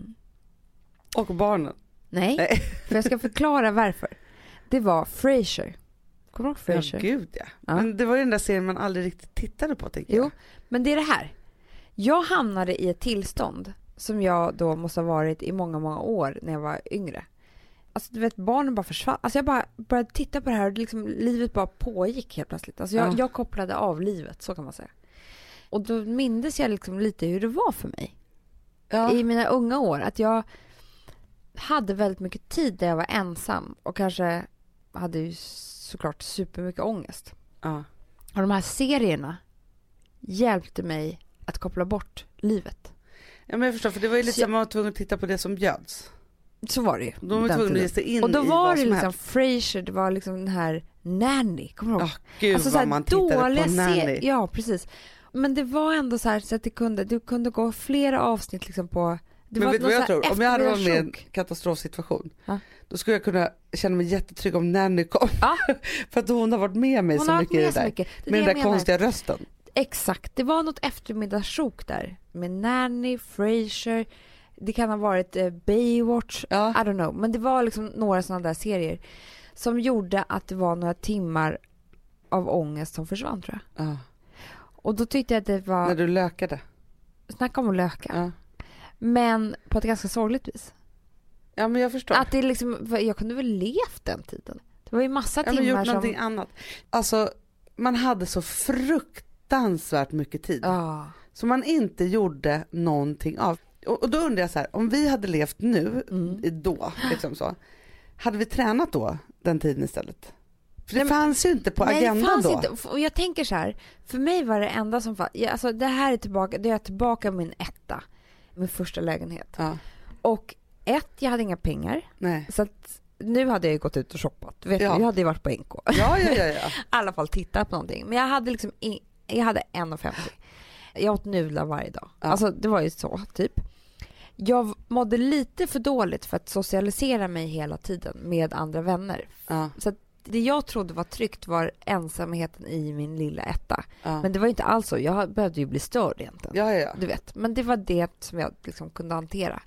Och barnen? Nej. För jag ska förklara varför. Det var Frasier. Kommer du ihåg Frasier? Ja, gud ja. Men det var ju den där serien man aldrig riktigt tittade på, tänker jag. Jo, men det är det här. Jag hamnade i ett tillstånd som jag då måste ha varit i många, många år när jag var yngre. Alltså du vet, barnen bara försvann. Alltså jag bara började titta på det här och liksom, livet bara pågick helt plötsligt. Alltså jag kopplade av livet, så kan man säga. Och då mindes jag liksom lite hur det var för mig. Ja. I mina unga år. Att jag hade väldigt mycket tid där jag var ensam. Och kanske hade ju såklart supermycket ångest. Ja. Och de här serierna hjälpte mig att koppla bort livet. Ja, men jag förstår, för det var ju lite som att man var tvungen att titta på det som bjöds. Så var det ju. De var tvungna att ge sig in. Och då i var vad det som liksom helst. Frasier, det var liksom den här Nanny, kommer du ihåg? Gud, alltså, vad man tittade på Nanny. Ja, precis. Men det var ändå så här så att du kunde gå flera avsnitt liksom på. Det men var vet du vad jag tror? Om jag hade varit med i en katastrofsituation, då skulle jag kunna känna mig jättetrygg om Nanny kom. Ja. För att hon har varit med mig så mycket i det där. Med den där konstiga rösten. Exakt, det var något eftermiddagssjok där. Med Nanny, Frasier, det kan ha varit Baywatch, I don't know. Men det var liksom några sådana där serier som gjorde att det var några timmar av ångest som försvann, tror jag. Ja. Och då tyckte jag att det var... När du lökade. Snacka om att löka. Ja. Men på ett ganska sorgligt vis. Ja, men jag förstår. Att det liksom, jag kunde väl levt den tiden. Det var ju massa timmar men gjort som... någonting annat. Alltså, man hade så fruktansvärt mycket tid. Ja. Som man inte gjorde någonting av. Och då undrar jag så här, om vi hade levt nu, då, liksom så. Hade vi tränat då, den tiden istället? För det fanns ju inte på agendan då. Nej, det fanns inte. Och jag tänker så här, för mig var det enda som fanns, alltså det här är tillbaka, det är tillbaka min etta, min första lägenhet. Ja. Och jag hade inga pengar. Nej. Så att nu hade jag gått ut och shoppat. Vet du, jag hade ju varit på NK. Ja. I alla fall tittat på någonting. Men jag hade liksom, jag hade 1,50. Jag åt nudlar varje dag. Ja. Alltså det var ju så, typ. Jag mådde lite för dåligt för att socialisera mig hela tiden med andra vänner. Ja. Så att det jag trodde var tryggt var ensamheten i min lilla etta. Ja. Men det var inte alls så. Jag behövde ju bli störd egentligen. Ja. Du vet. Men det var det som jag liksom kunde hantera.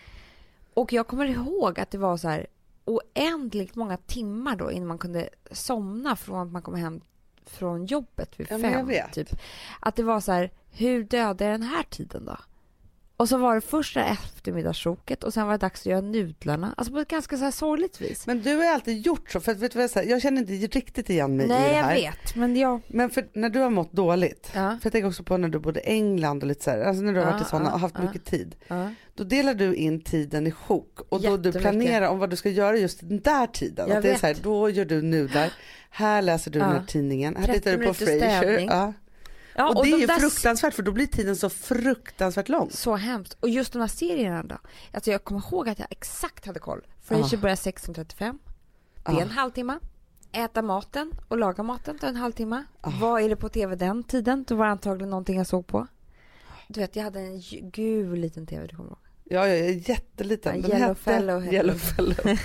Och jag kommer ihåg att det var så här oändligt många timmar då innan man kunde somna från att man kom hem från jobbet vid 5. Typ. Att det var så här, hur dödade den här tiden då? Och så var det första eftermiddagssjoket och sen var det dags att göra nudlarna. Alltså på ett ganska så här sorgligt vis. Men du har alltid gjort så, för att vet du vad jag säger? Jag känner inte riktigt igen mig i det här. Nej, jag vet, men för när du har mått dåligt, för jag tänker också på när du bodde i England och lite så här, alltså när du har varit i sådana och haft mycket tid. Då delar du in tiden i sjok och då du planerar om vad du ska göra just den där tiden. Att det är så här, då gör du nudlar, här läser du den här tidningen, här tittar du på Frasier. Ja, och det är ju fruktansvärt, för då blir tiden så fruktansvärt lång. Så hemskt. Och just de här serierna då. Alltså jag kommer ihåg att jag exakt hade koll. Frasier börjar 16:35. Det är en halvtimme. Äta maten och laga maten tar en halvtimme. Vad är det på tv den tiden? Då var det antagligen någonting jag såg på. Du vet, jag hade en gul liten tv, du kommer ihåg. Ja, jag är jätteliten. Yellow Fellow.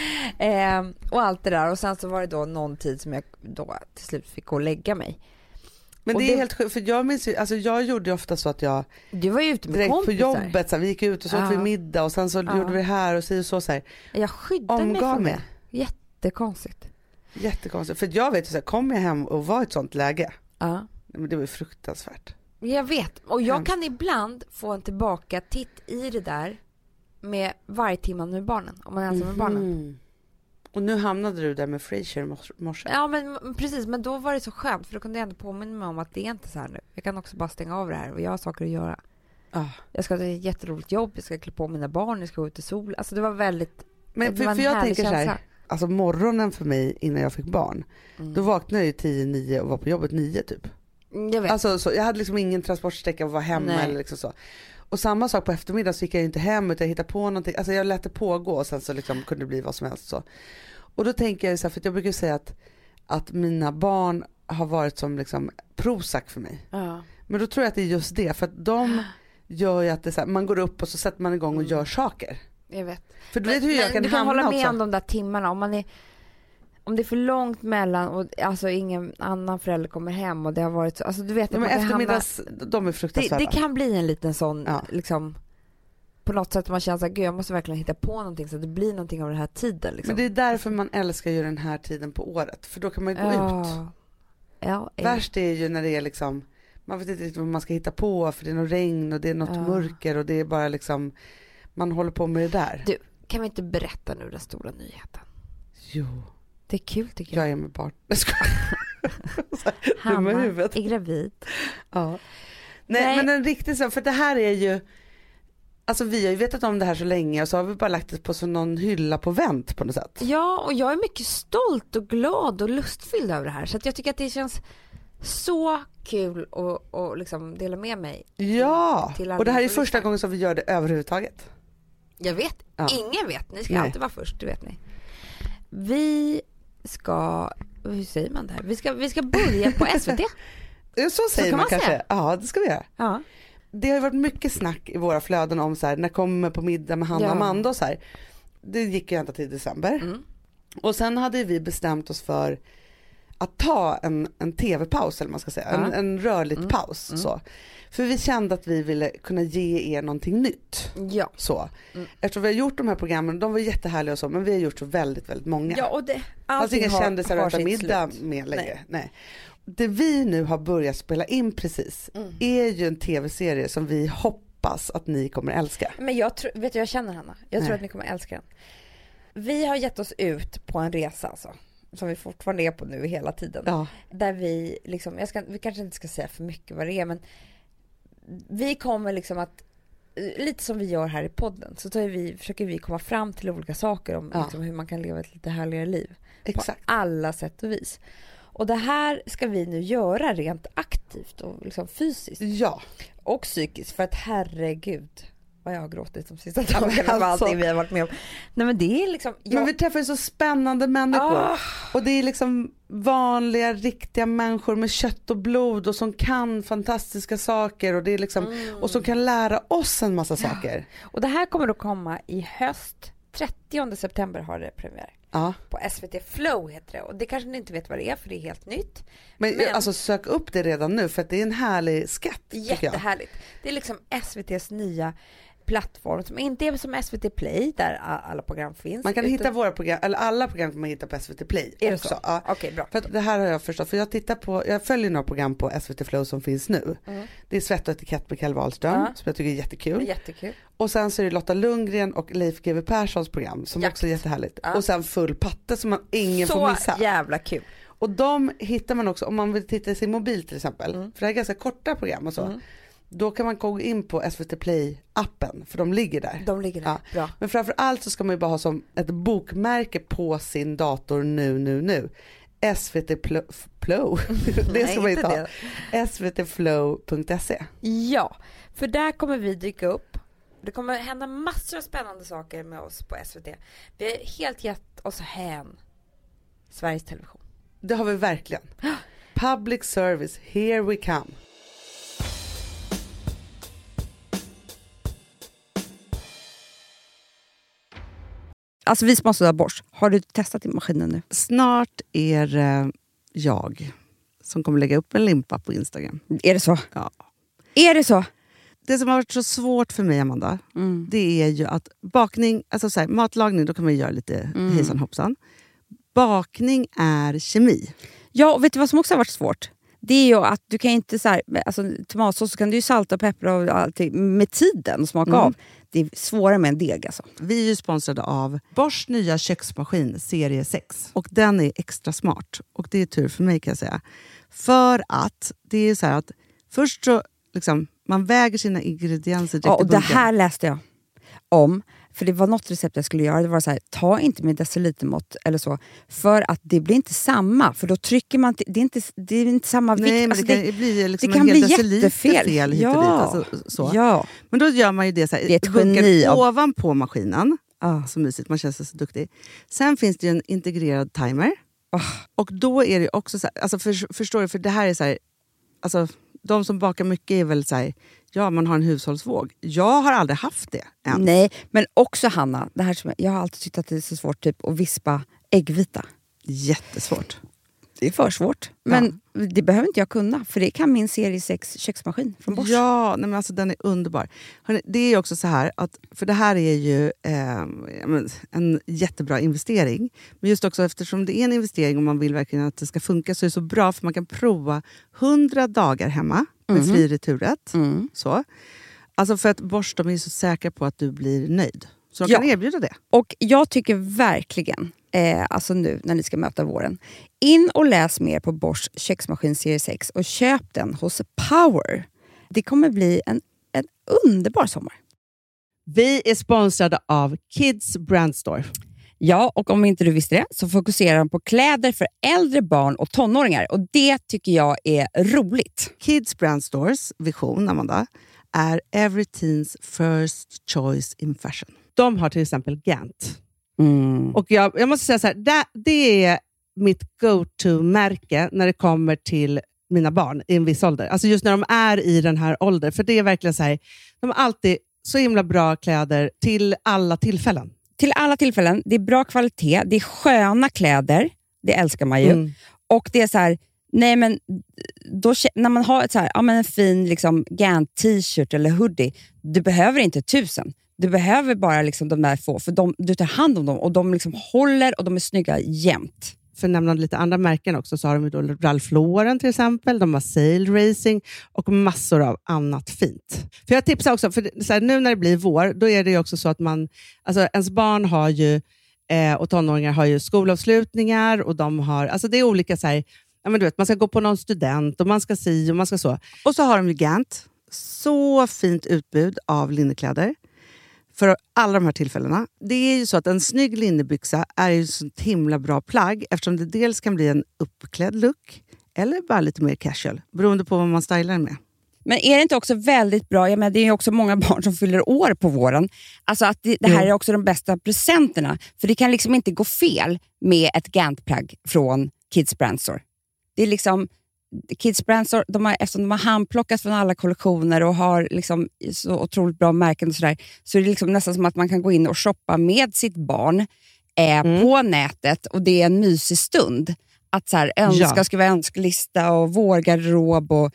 Och allt det där. Och sen så var det då någon tid som jag då till slut fick gå och lägga mig. Men det är helt sjukt, för jag minns ju, alltså jag gjorde ju ofta så att du var ju ute med direkt kompisar. På jobbet så här, vi gick ut och så åt vi middag och sen så gjorde vi det här och så här. Jag skyddade mig från det. Jättekonstigt. För jag vet ju så här, kom jag hem och var i ett sånt läge. Men det var ju fruktansvärt. Jag vet, och jag kan ibland få en tillbaka titt i det där. med varje timme med barnen. Om man är ensam med barnen. Och nu hamnade du där med Frasier i morse. Ja, men precis. Men då var det så skönt. För då kunde jag ändå påminna mig om att det är inte så här nu. Jag kan också bara stänga av det här. Och jag har saker att göra. Jag ska ha ett jätteroligt jobb. Jag ska klä på mina barn. Jag ska gå ut i sol. Alltså det var väldigt... Men för jag tänker så här. Alltså morgonen för mig innan jag fick barn. Då vaknade jag 10-9 och var på jobbet 9 typ. Jag vet. Alltså så, jag hade liksom ingen transportsträcka att vara hemma eller liksom så. Och samma sak på eftermiddag så gick jag inte hem utan jag hittade på någonting. Alltså jag lät det pågå och sen så liksom kunde det bli vad som helst så. Och då tänker jag så här, för jag brukar säga att mina barn har varit som liksom Prozac för mig. Men då tror jag att det är just det. För att de gör ju att det är så här, man går upp och så sätter man igång och gör saker. Jag vet. För du vet hur jag kan du kan hålla med också om de där timmarna. Om det är för långt mellan och alltså ingen annan förälder kommer hem och det har varit så, alltså du vet att men eftermiddags de är fruktansvärda. Det kan bli en liten sån liksom på något sätt man känner så här, gud jag måste verkligen hitta på någonting så att det blir någonting av den här tiden liksom. Men det är därför man älskar ju den här tiden på året för då kan man ju gå ut. Värst är ju när det är liksom man vet inte riktigt vad man ska hitta på för det är något regn och det är något mörker och det är bara liksom man håller på med det där. Du, kan vi inte berätta nu den stora nyheten? Jo. Det är kul tycker jag. Jag är med barn. Hanna är gravid. Ja. Nej, men den riktigt så, för det här är ju alltså vi har ju vetat om det här så länge och så har vi bara lagt det på så någon hylla på vänt på något sätt. Ja, och jag är mycket stolt och glad och lustfylld över det här så att jag tycker att det känns så kul att liksom dela med mig. Ja, och det här är första gången som vi gör det överhuvudtaget. Jag vet, ingen vet. Ni ska alltid vara först, det vet ni. Vi ska, hur säger man det här? Vi ska börja på SVT. Så säger man kanske. Säga. Ja, det ska vi göra. Ja. Det har ju varit mycket snack i våra flöden om så här, när kommer på middag med Hanna och Amanda och så här. Det gick ju ända till december. Och sen hade vi bestämt oss för att ta en tv-paus eller man ska säga. En rörlig paus. Så. För vi kände att vi ville kunna ge er någonting nytt. Ja. Så. Eftersom vi har gjort de här programmen, de var jättehärliga och så, men vi har gjort så väldigt, väldigt många. Ja, och det alltså inga kändisar att äta middag med längre. Nej. Det vi nu har börjat spela in precis är ju en tv-serie som vi hoppas att ni kommer älska. Men jag känner Hanna. Jag tror att ni kommer älska den. Vi har gett oss ut på en resa alltså. Som vi fortfarande är på nu hela tiden. Ja. Där vi liksom, vi kanske inte ska säga för mycket vad det är, men vi kommer liksom att lite som vi gör här i podden så försöker vi komma fram till olika saker om liksom, hur man kan leva ett lite härligare liv. Exakt. På alla sätt och vis. Och det här ska vi nu göra rent aktivt och liksom fysiskt. Ja. Och psykiskt för att herregud vad jag har gråtit de sista dagarna av allting vi har varit med om. Nej men det är liksom... Men vi träffar så spännande människor. Och det är liksom vanliga, riktiga människor med kött och blod och som kan fantastiska saker och det är liksom och som kan lära oss en massa saker. Och det här kommer att komma i höst. 30 september har det premiär. På SVT Flow heter det. Och det kanske ni inte vet vad det är för det är helt nytt. Men alltså sök upp det redan nu för att det är en härlig skatt. Jättehärligt. Det är liksom SVTs nya plattform som inte är som SVT Play där alla program finns. Man kan hitta våra program, eller alla program kan man hitta på SVT Play är också. Det så? Ja. Okej, bra. För det här har jag förstått, för jag följer några program på SVT Flow som finns nu. Det är Svett och etikett med Kjell Wahlström som jag tycker är jättekul. Jättekul. Och sen så är det Lotta Lundgren och Leif GW Perssons program som också är jättehärligt. Och sen Full patte som man ingen får missa. Så jävla kul. Och de hittar man också om man vill titta i sin mobil till exempel. För det är ganska korta program och så. Då kan man gå in på SVT Play-appen för de ligger där. Ja. Bra. Men framförallt så ska man ju bara ha som ett bokmärke på sin dator nu. SVT Flow. Det ska man ju ta. svtflow.se. Ja, för där kommer vi dyka upp. Det kommer hända massor av spännande saker med oss på SVT. Vi har helt gett oss hän Sveriges Television. Det har vi verkligen. Public service, here we come. Alltså vi sponsrar Bosch. Har du testat i maskinen nu? Snart är jag som kommer lägga upp en limpa på Instagram. Är det så? Ja. Är det så? Det som har varit så svårt för mig, Amanda, det är ju att bakning, alltså så här, matlagning, då kan man göra lite hejsan hoppsan. Bakning är kemi. Ja, och vet du vad som också har varit svårt? Det är ju att du kan inte så här, alltså tomatsås så kan du ju salta och peppra och allting med tiden och smaka av. det är svårare med en deg alltså. Vi är ju sponsrade av Bosch nya köksmaskin serie 6. Och den är extra smart. Och det är tur för mig kan jag säga. För att det är så här att först så liksom, man väger sina ingredienser direkt i bunken. Och det här läste jag om. För det var något recept jag skulle göra. Det var så här, ta inte med decilitermått eller så. För att det blir inte samma. För då trycker man... Det är inte samma vikt. Nej, men alltså det kan bli liksom det kan bli jättefel. Ja. Så. Ja. Men då gör man ju det så här. Det är ett geni ovanpå maskinen. Så mysigt, man känns så duktig. Sen finns det ju en integrerad timer. Och då är det också så här, alltså förstår du, för det här är så här, alltså de som bakar mycket är väl så här, ja man har en hushållsvåg. Jag har aldrig haft det än. Nej, men också Hanna, det här som jag har alltid tyckt att det är så svårt typ att vispa äggvita. Jättesvårt. Det är för svårt. Men det behöver inte jag kunna. För det kan min serie 6 köksmaskin från Bosch. Ja, nej, men alltså den är underbar. Hörrni, det är också så här, att, för det här är ju en jättebra investering. Men just också eftersom det är en investering och man vill verkligen att det ska funka så är det så bra. För man kan prova 100 dagar hemma med fri returrätt. Så. Alltså för att Bosch, de är så säkra på att du blir nöjd. Så de kan erbjuda det. Och jag tycker verkligen, alltså nu när ni ska möta våren, in och läs mer på Bosch köksmaskin serie 6 och köp den hos Power. Det kommer bli en underbar sommar. Vi är sponsrade av Kids Brand Store. Ja, och om inte du visste det så fokuserar de på kläder för äldre barn och tonåringar. Och det tycker jag är roligt. Kids Brand Stores vision, Amanda, är every teens first choice in fashion. De har till exempel Gant. Och jag måste säga så här, det är mitt go-to-märke när det kommer till mina barn i en viss ålder. Alltså just när de är i den här åldern. För det är verkligen så här, de har alltid så himla bra kläder till alla tillfällen. Till alla tillfällen. Det är bra kvalitet. Det är sköna kläder. Det älskar man ju. Och det är så här, nej men då, när man har ett så här, ja, men en fin liksom, Gant t-shirt eller hoodie, du behöver inte 1000. Du behöver bara liksom de där få, för du tar hand om dem och de liksom håller och de är snygga jämt. För att nämna lite andra märken också så har de ju då Ralph Lauren till exempel, de har Sail Racing och massor av annat fint. För jag tipsar också, för så här, nu när det blir vår, då är det ju också så att man, alltså ens barn har ju och tonåringar har ju skolavslutningar och de har, alltså det är olika så här, ja men du vet, man ska gå på någon student och man ska si och man ska så. Och så har de ju Gant, så fint utbud av linnekläder. För alla de här tillfällena. Det är ju så att en snygg linnebyxa är ju så himla bra plagg eftersom det dels kan bli en uppklädd look eller bara lite mer casual beroende på vad man stylar den med. Men är det inte också väldigt bra, jag menar, det är ju också många barn som fyller år på våren. Alltså att det här är också de bästa presenterna. För det kan liksom inte gå fel med ett Gant-plagg från Kids Brand Store. Det är liksom Kids Brand Store, eftersom de har handplockat från alla kollektioner och har liksom så otroligt bra märken och sådär, så är det liksom nästan som att man kan gå in och shoppa med sitt barn på nätet och det är en mysig stund. Att så här, skriva önskelista och vårgarderob och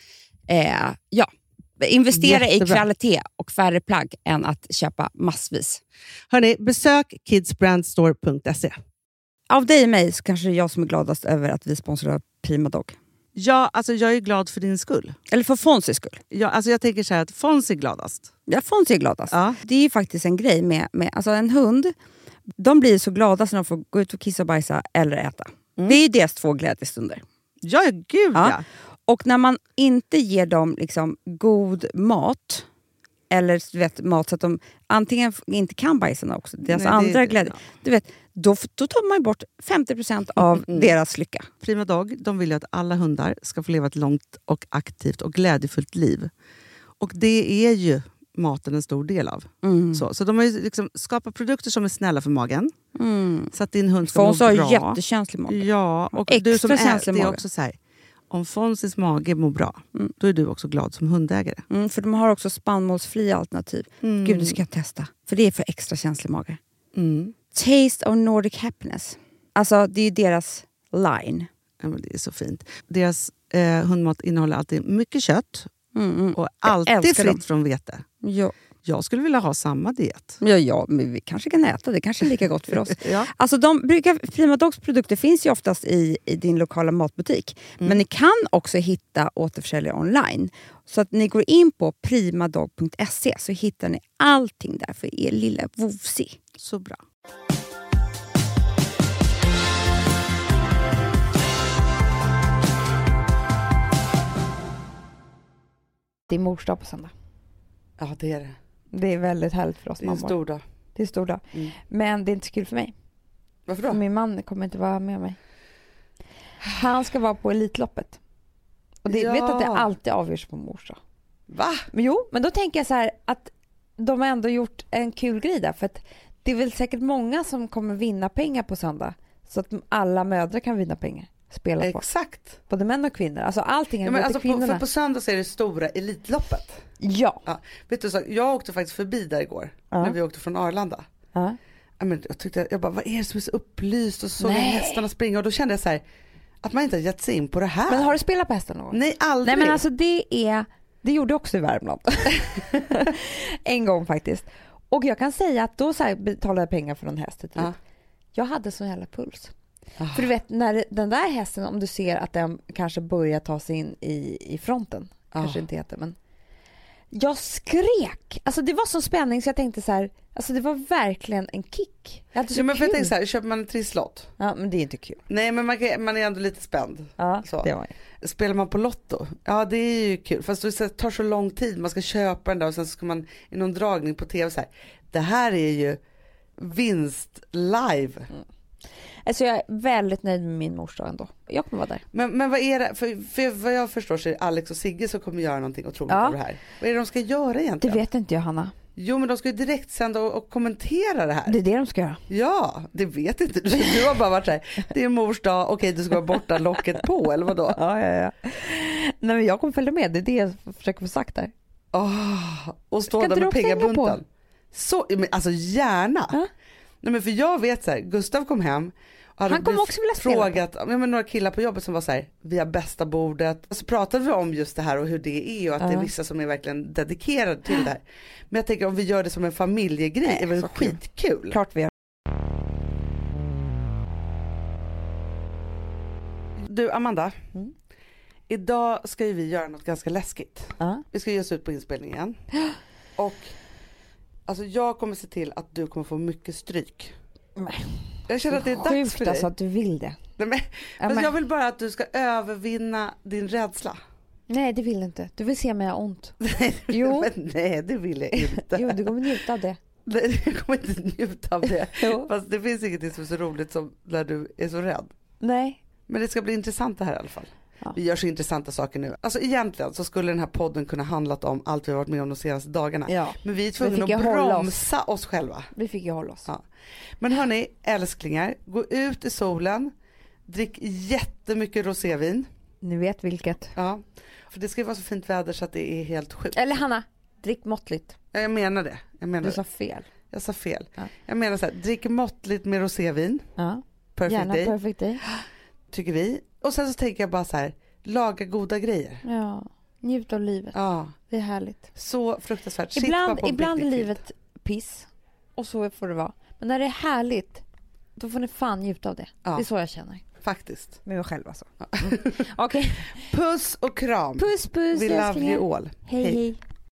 investera i kvalitet och färre plagg än att köpa massvis. Hörrni, besök kidsbrandstore.se. Av dig och mig så kanske det är jag som är gladast över att vi sponsrar Prima Dog. Ja, alltså jag är glad för din skull. Eller för Fonzys skull. Ja, alltså jag tänker så här att Fonzie är gladast. Ja, Fonzie är gladast. Ja. Det är ju faktiskt en grej med alltså en hund. De blir så glada när de får gå ut och kissa och bajsa eller äta. Det är ju deras 2 glädjestunder. Ja, gud ja. Och när man inte ger dem liksom god mat eller du vet, mat så att de antingen inte kan bajsa också. Deras andra glädje. Du vet, då tar man bort 50% av deras lycka. Prima Dog, de vill ju att alla hundar ska få leva ett långt och aktivt och glädjefullt liv. Och det är ju maten en stor del av. Så de har ju liksom skapat produkter som är snälla för magen. Så att din hund ska må bra. Fons har jättekänslig mage. Ja, och du som är, det är också så här. Om Fonzys mage mår bra, då är du också glad som hundägare. För de har också spannmålsfria alternativ. Gud, det ska jag testa. För det är för extra känslig mage. Taste of Nordic Happiness. Alltså, det är ju deras line. Ja, men det är så fint. Deras hundmat innehåller alltid mycket kött. Och alltid fritt från vete. Ja. Jag skulle vilja ha samma diet. Ja, men vi kanske kan äta. Det kanske är lika gott för oss. Ja. Alltså Prima Dogs produkter finns ju oftast i din lokala matbutik. Men ni kan också hitta återförsäljare online. Så att ni går in på primadog.se så hittar ni allting där för er lilla vovsi. Så bra. Det är mors dag på söndag. Ja, det är det. Det är väldigt härligt för oss mammor. Det är en stor dag. Det är en stor dag. Men det är inte så kul för mig. Varför då? För min man kommer inte vara med mig. Han ska vara på Elitloppet. Och det vet att det alltid avgörs på mors dag. Va? Men då tänker jag så här att de har ändå gjort en kul grej där. För att det är väl säkert många som kommer vinna pengar på söndag. Så att alla mödrar kan vinna pengar. Spela på. Exakt. Både män och kvinnor. Alltså allting är alltså för på söndag så är det stora Elitloppet. Ja. Vet du så, jag åkte faktiskt förbi där igår. När vi åkte från Arlanda. Men jag bara, vad är det som är så upplyst? Och så såg jag hästarna springa. Och då kände jag så här, att man inte har gett sig in på det här. Men har du spelat på hästar någon gång? Nej, aldrig. Nej, men alltså det gjorde också i Värmland. En gång faktiskt. Och jag kan säga att då så här betalade jag pengar för någon häst. Jag hade sån jävla puls. För du vet, när den där hästen, om du ser att den kanske börjar ta sig in i fronten. Kanske inte heter, men jag skrek. Alltså det var så spänning så jag tänkte så här, alltså det var verkligen en kick. Jag hade så men för jag tänkte så här, köper man en trisslott? Ja, men det är inte kul. Nej, men man är ändå lite spänd. Ja, så. Det var jag. Spelar man på Lotto? Ja, det är ju kul. Fast det tar så lång tid. Man ska köpa den där och sen ska man i någon dragning på tv så här. Det här är ju vinst live. Alltså jag är väldigt nöjd med min mors dag ändå. Jag kommer vara där. Men vad är det? För vad jag förstår så är det Alex och Sigge som kommer göra någonting otroligt av det här. Vad är det de ska göra egentligen? Det vet inte jag, Hanna. Jo, men de ska ju direkt sända och kommentera det här. Det är det de ska göra. Ja, det vet inte du. Du har bara varit så här, det är mors dag, okej, du ska vara borta, locket på, eller vadå? Ja. Nej, men jag kommer följa med, det är det jag försöker få sagt där. Och stå där med pengabunten. Så, men alltså gärna. Nej, men för jag vet så här, Gustav kom hem och hade han kom också vilja frågat några killar på jobbet som var så här, vi har bästa bordet. Och så pratade vi om just det här och hur det är och att det är vissa som är verkligen dedikerade till det här. Men jag tänker om vi gör det som en familjegrej, det är väl skitkul. Klart vi gör. Du, Amanda. Idag ska ju vi göra något ganska läskigt. Vi ska ge oss ut på inspelningen. Och alltså jag kommer se till att du kommer få mycket stryk. Jag känner att det är dags för dig. Alltså att du vill det. Men jag vill bara att du ska övervinna din rädsla. Nej, det vill inte. Du vill se mig ha ont. Jo. Nej, det vill jag inte. Jo, du kommer njuta av det. Nej, jag kommer inte njuta av det. Fast det finns inget som är så roligt som när du är så rädd. Nej. Men det ska bli intressant det här i alla fall. Vi gör så intressanta saker nu. Alltså egentligen så skulle den här podden kunna handlat om allt vi har varit med om de senaste dagarna. Men vi är tvungna att bromsa oss själva. Vi fick ju hålla oss. Men hörni, älsklingar, gå ut i solen, drick jättemycket rosévin. Ni vet vilket. Ja, för det ska ju vara så fint väder så att det är helt sjukt. Eller Hanna, drick måttligt. Ja, jag menar det. Du sa fel. Jag sa fel. Jag menar så här, drick måttligt med rosévin. Perfect day. Perfect day. Tycker vi. Och sen så tänker jag bara så här, laga goda grejer. Ja, njut av livet. Det är härligt. Så fruktansvärt. Ibland är livet piss. Och så får det vara. Men när det är härligt, då får ni fan njuta av det. Det är så jag känner. Faktiskt. Med mig själv alltså. Okej. Puss och kram. Puss. We love you all. Hej.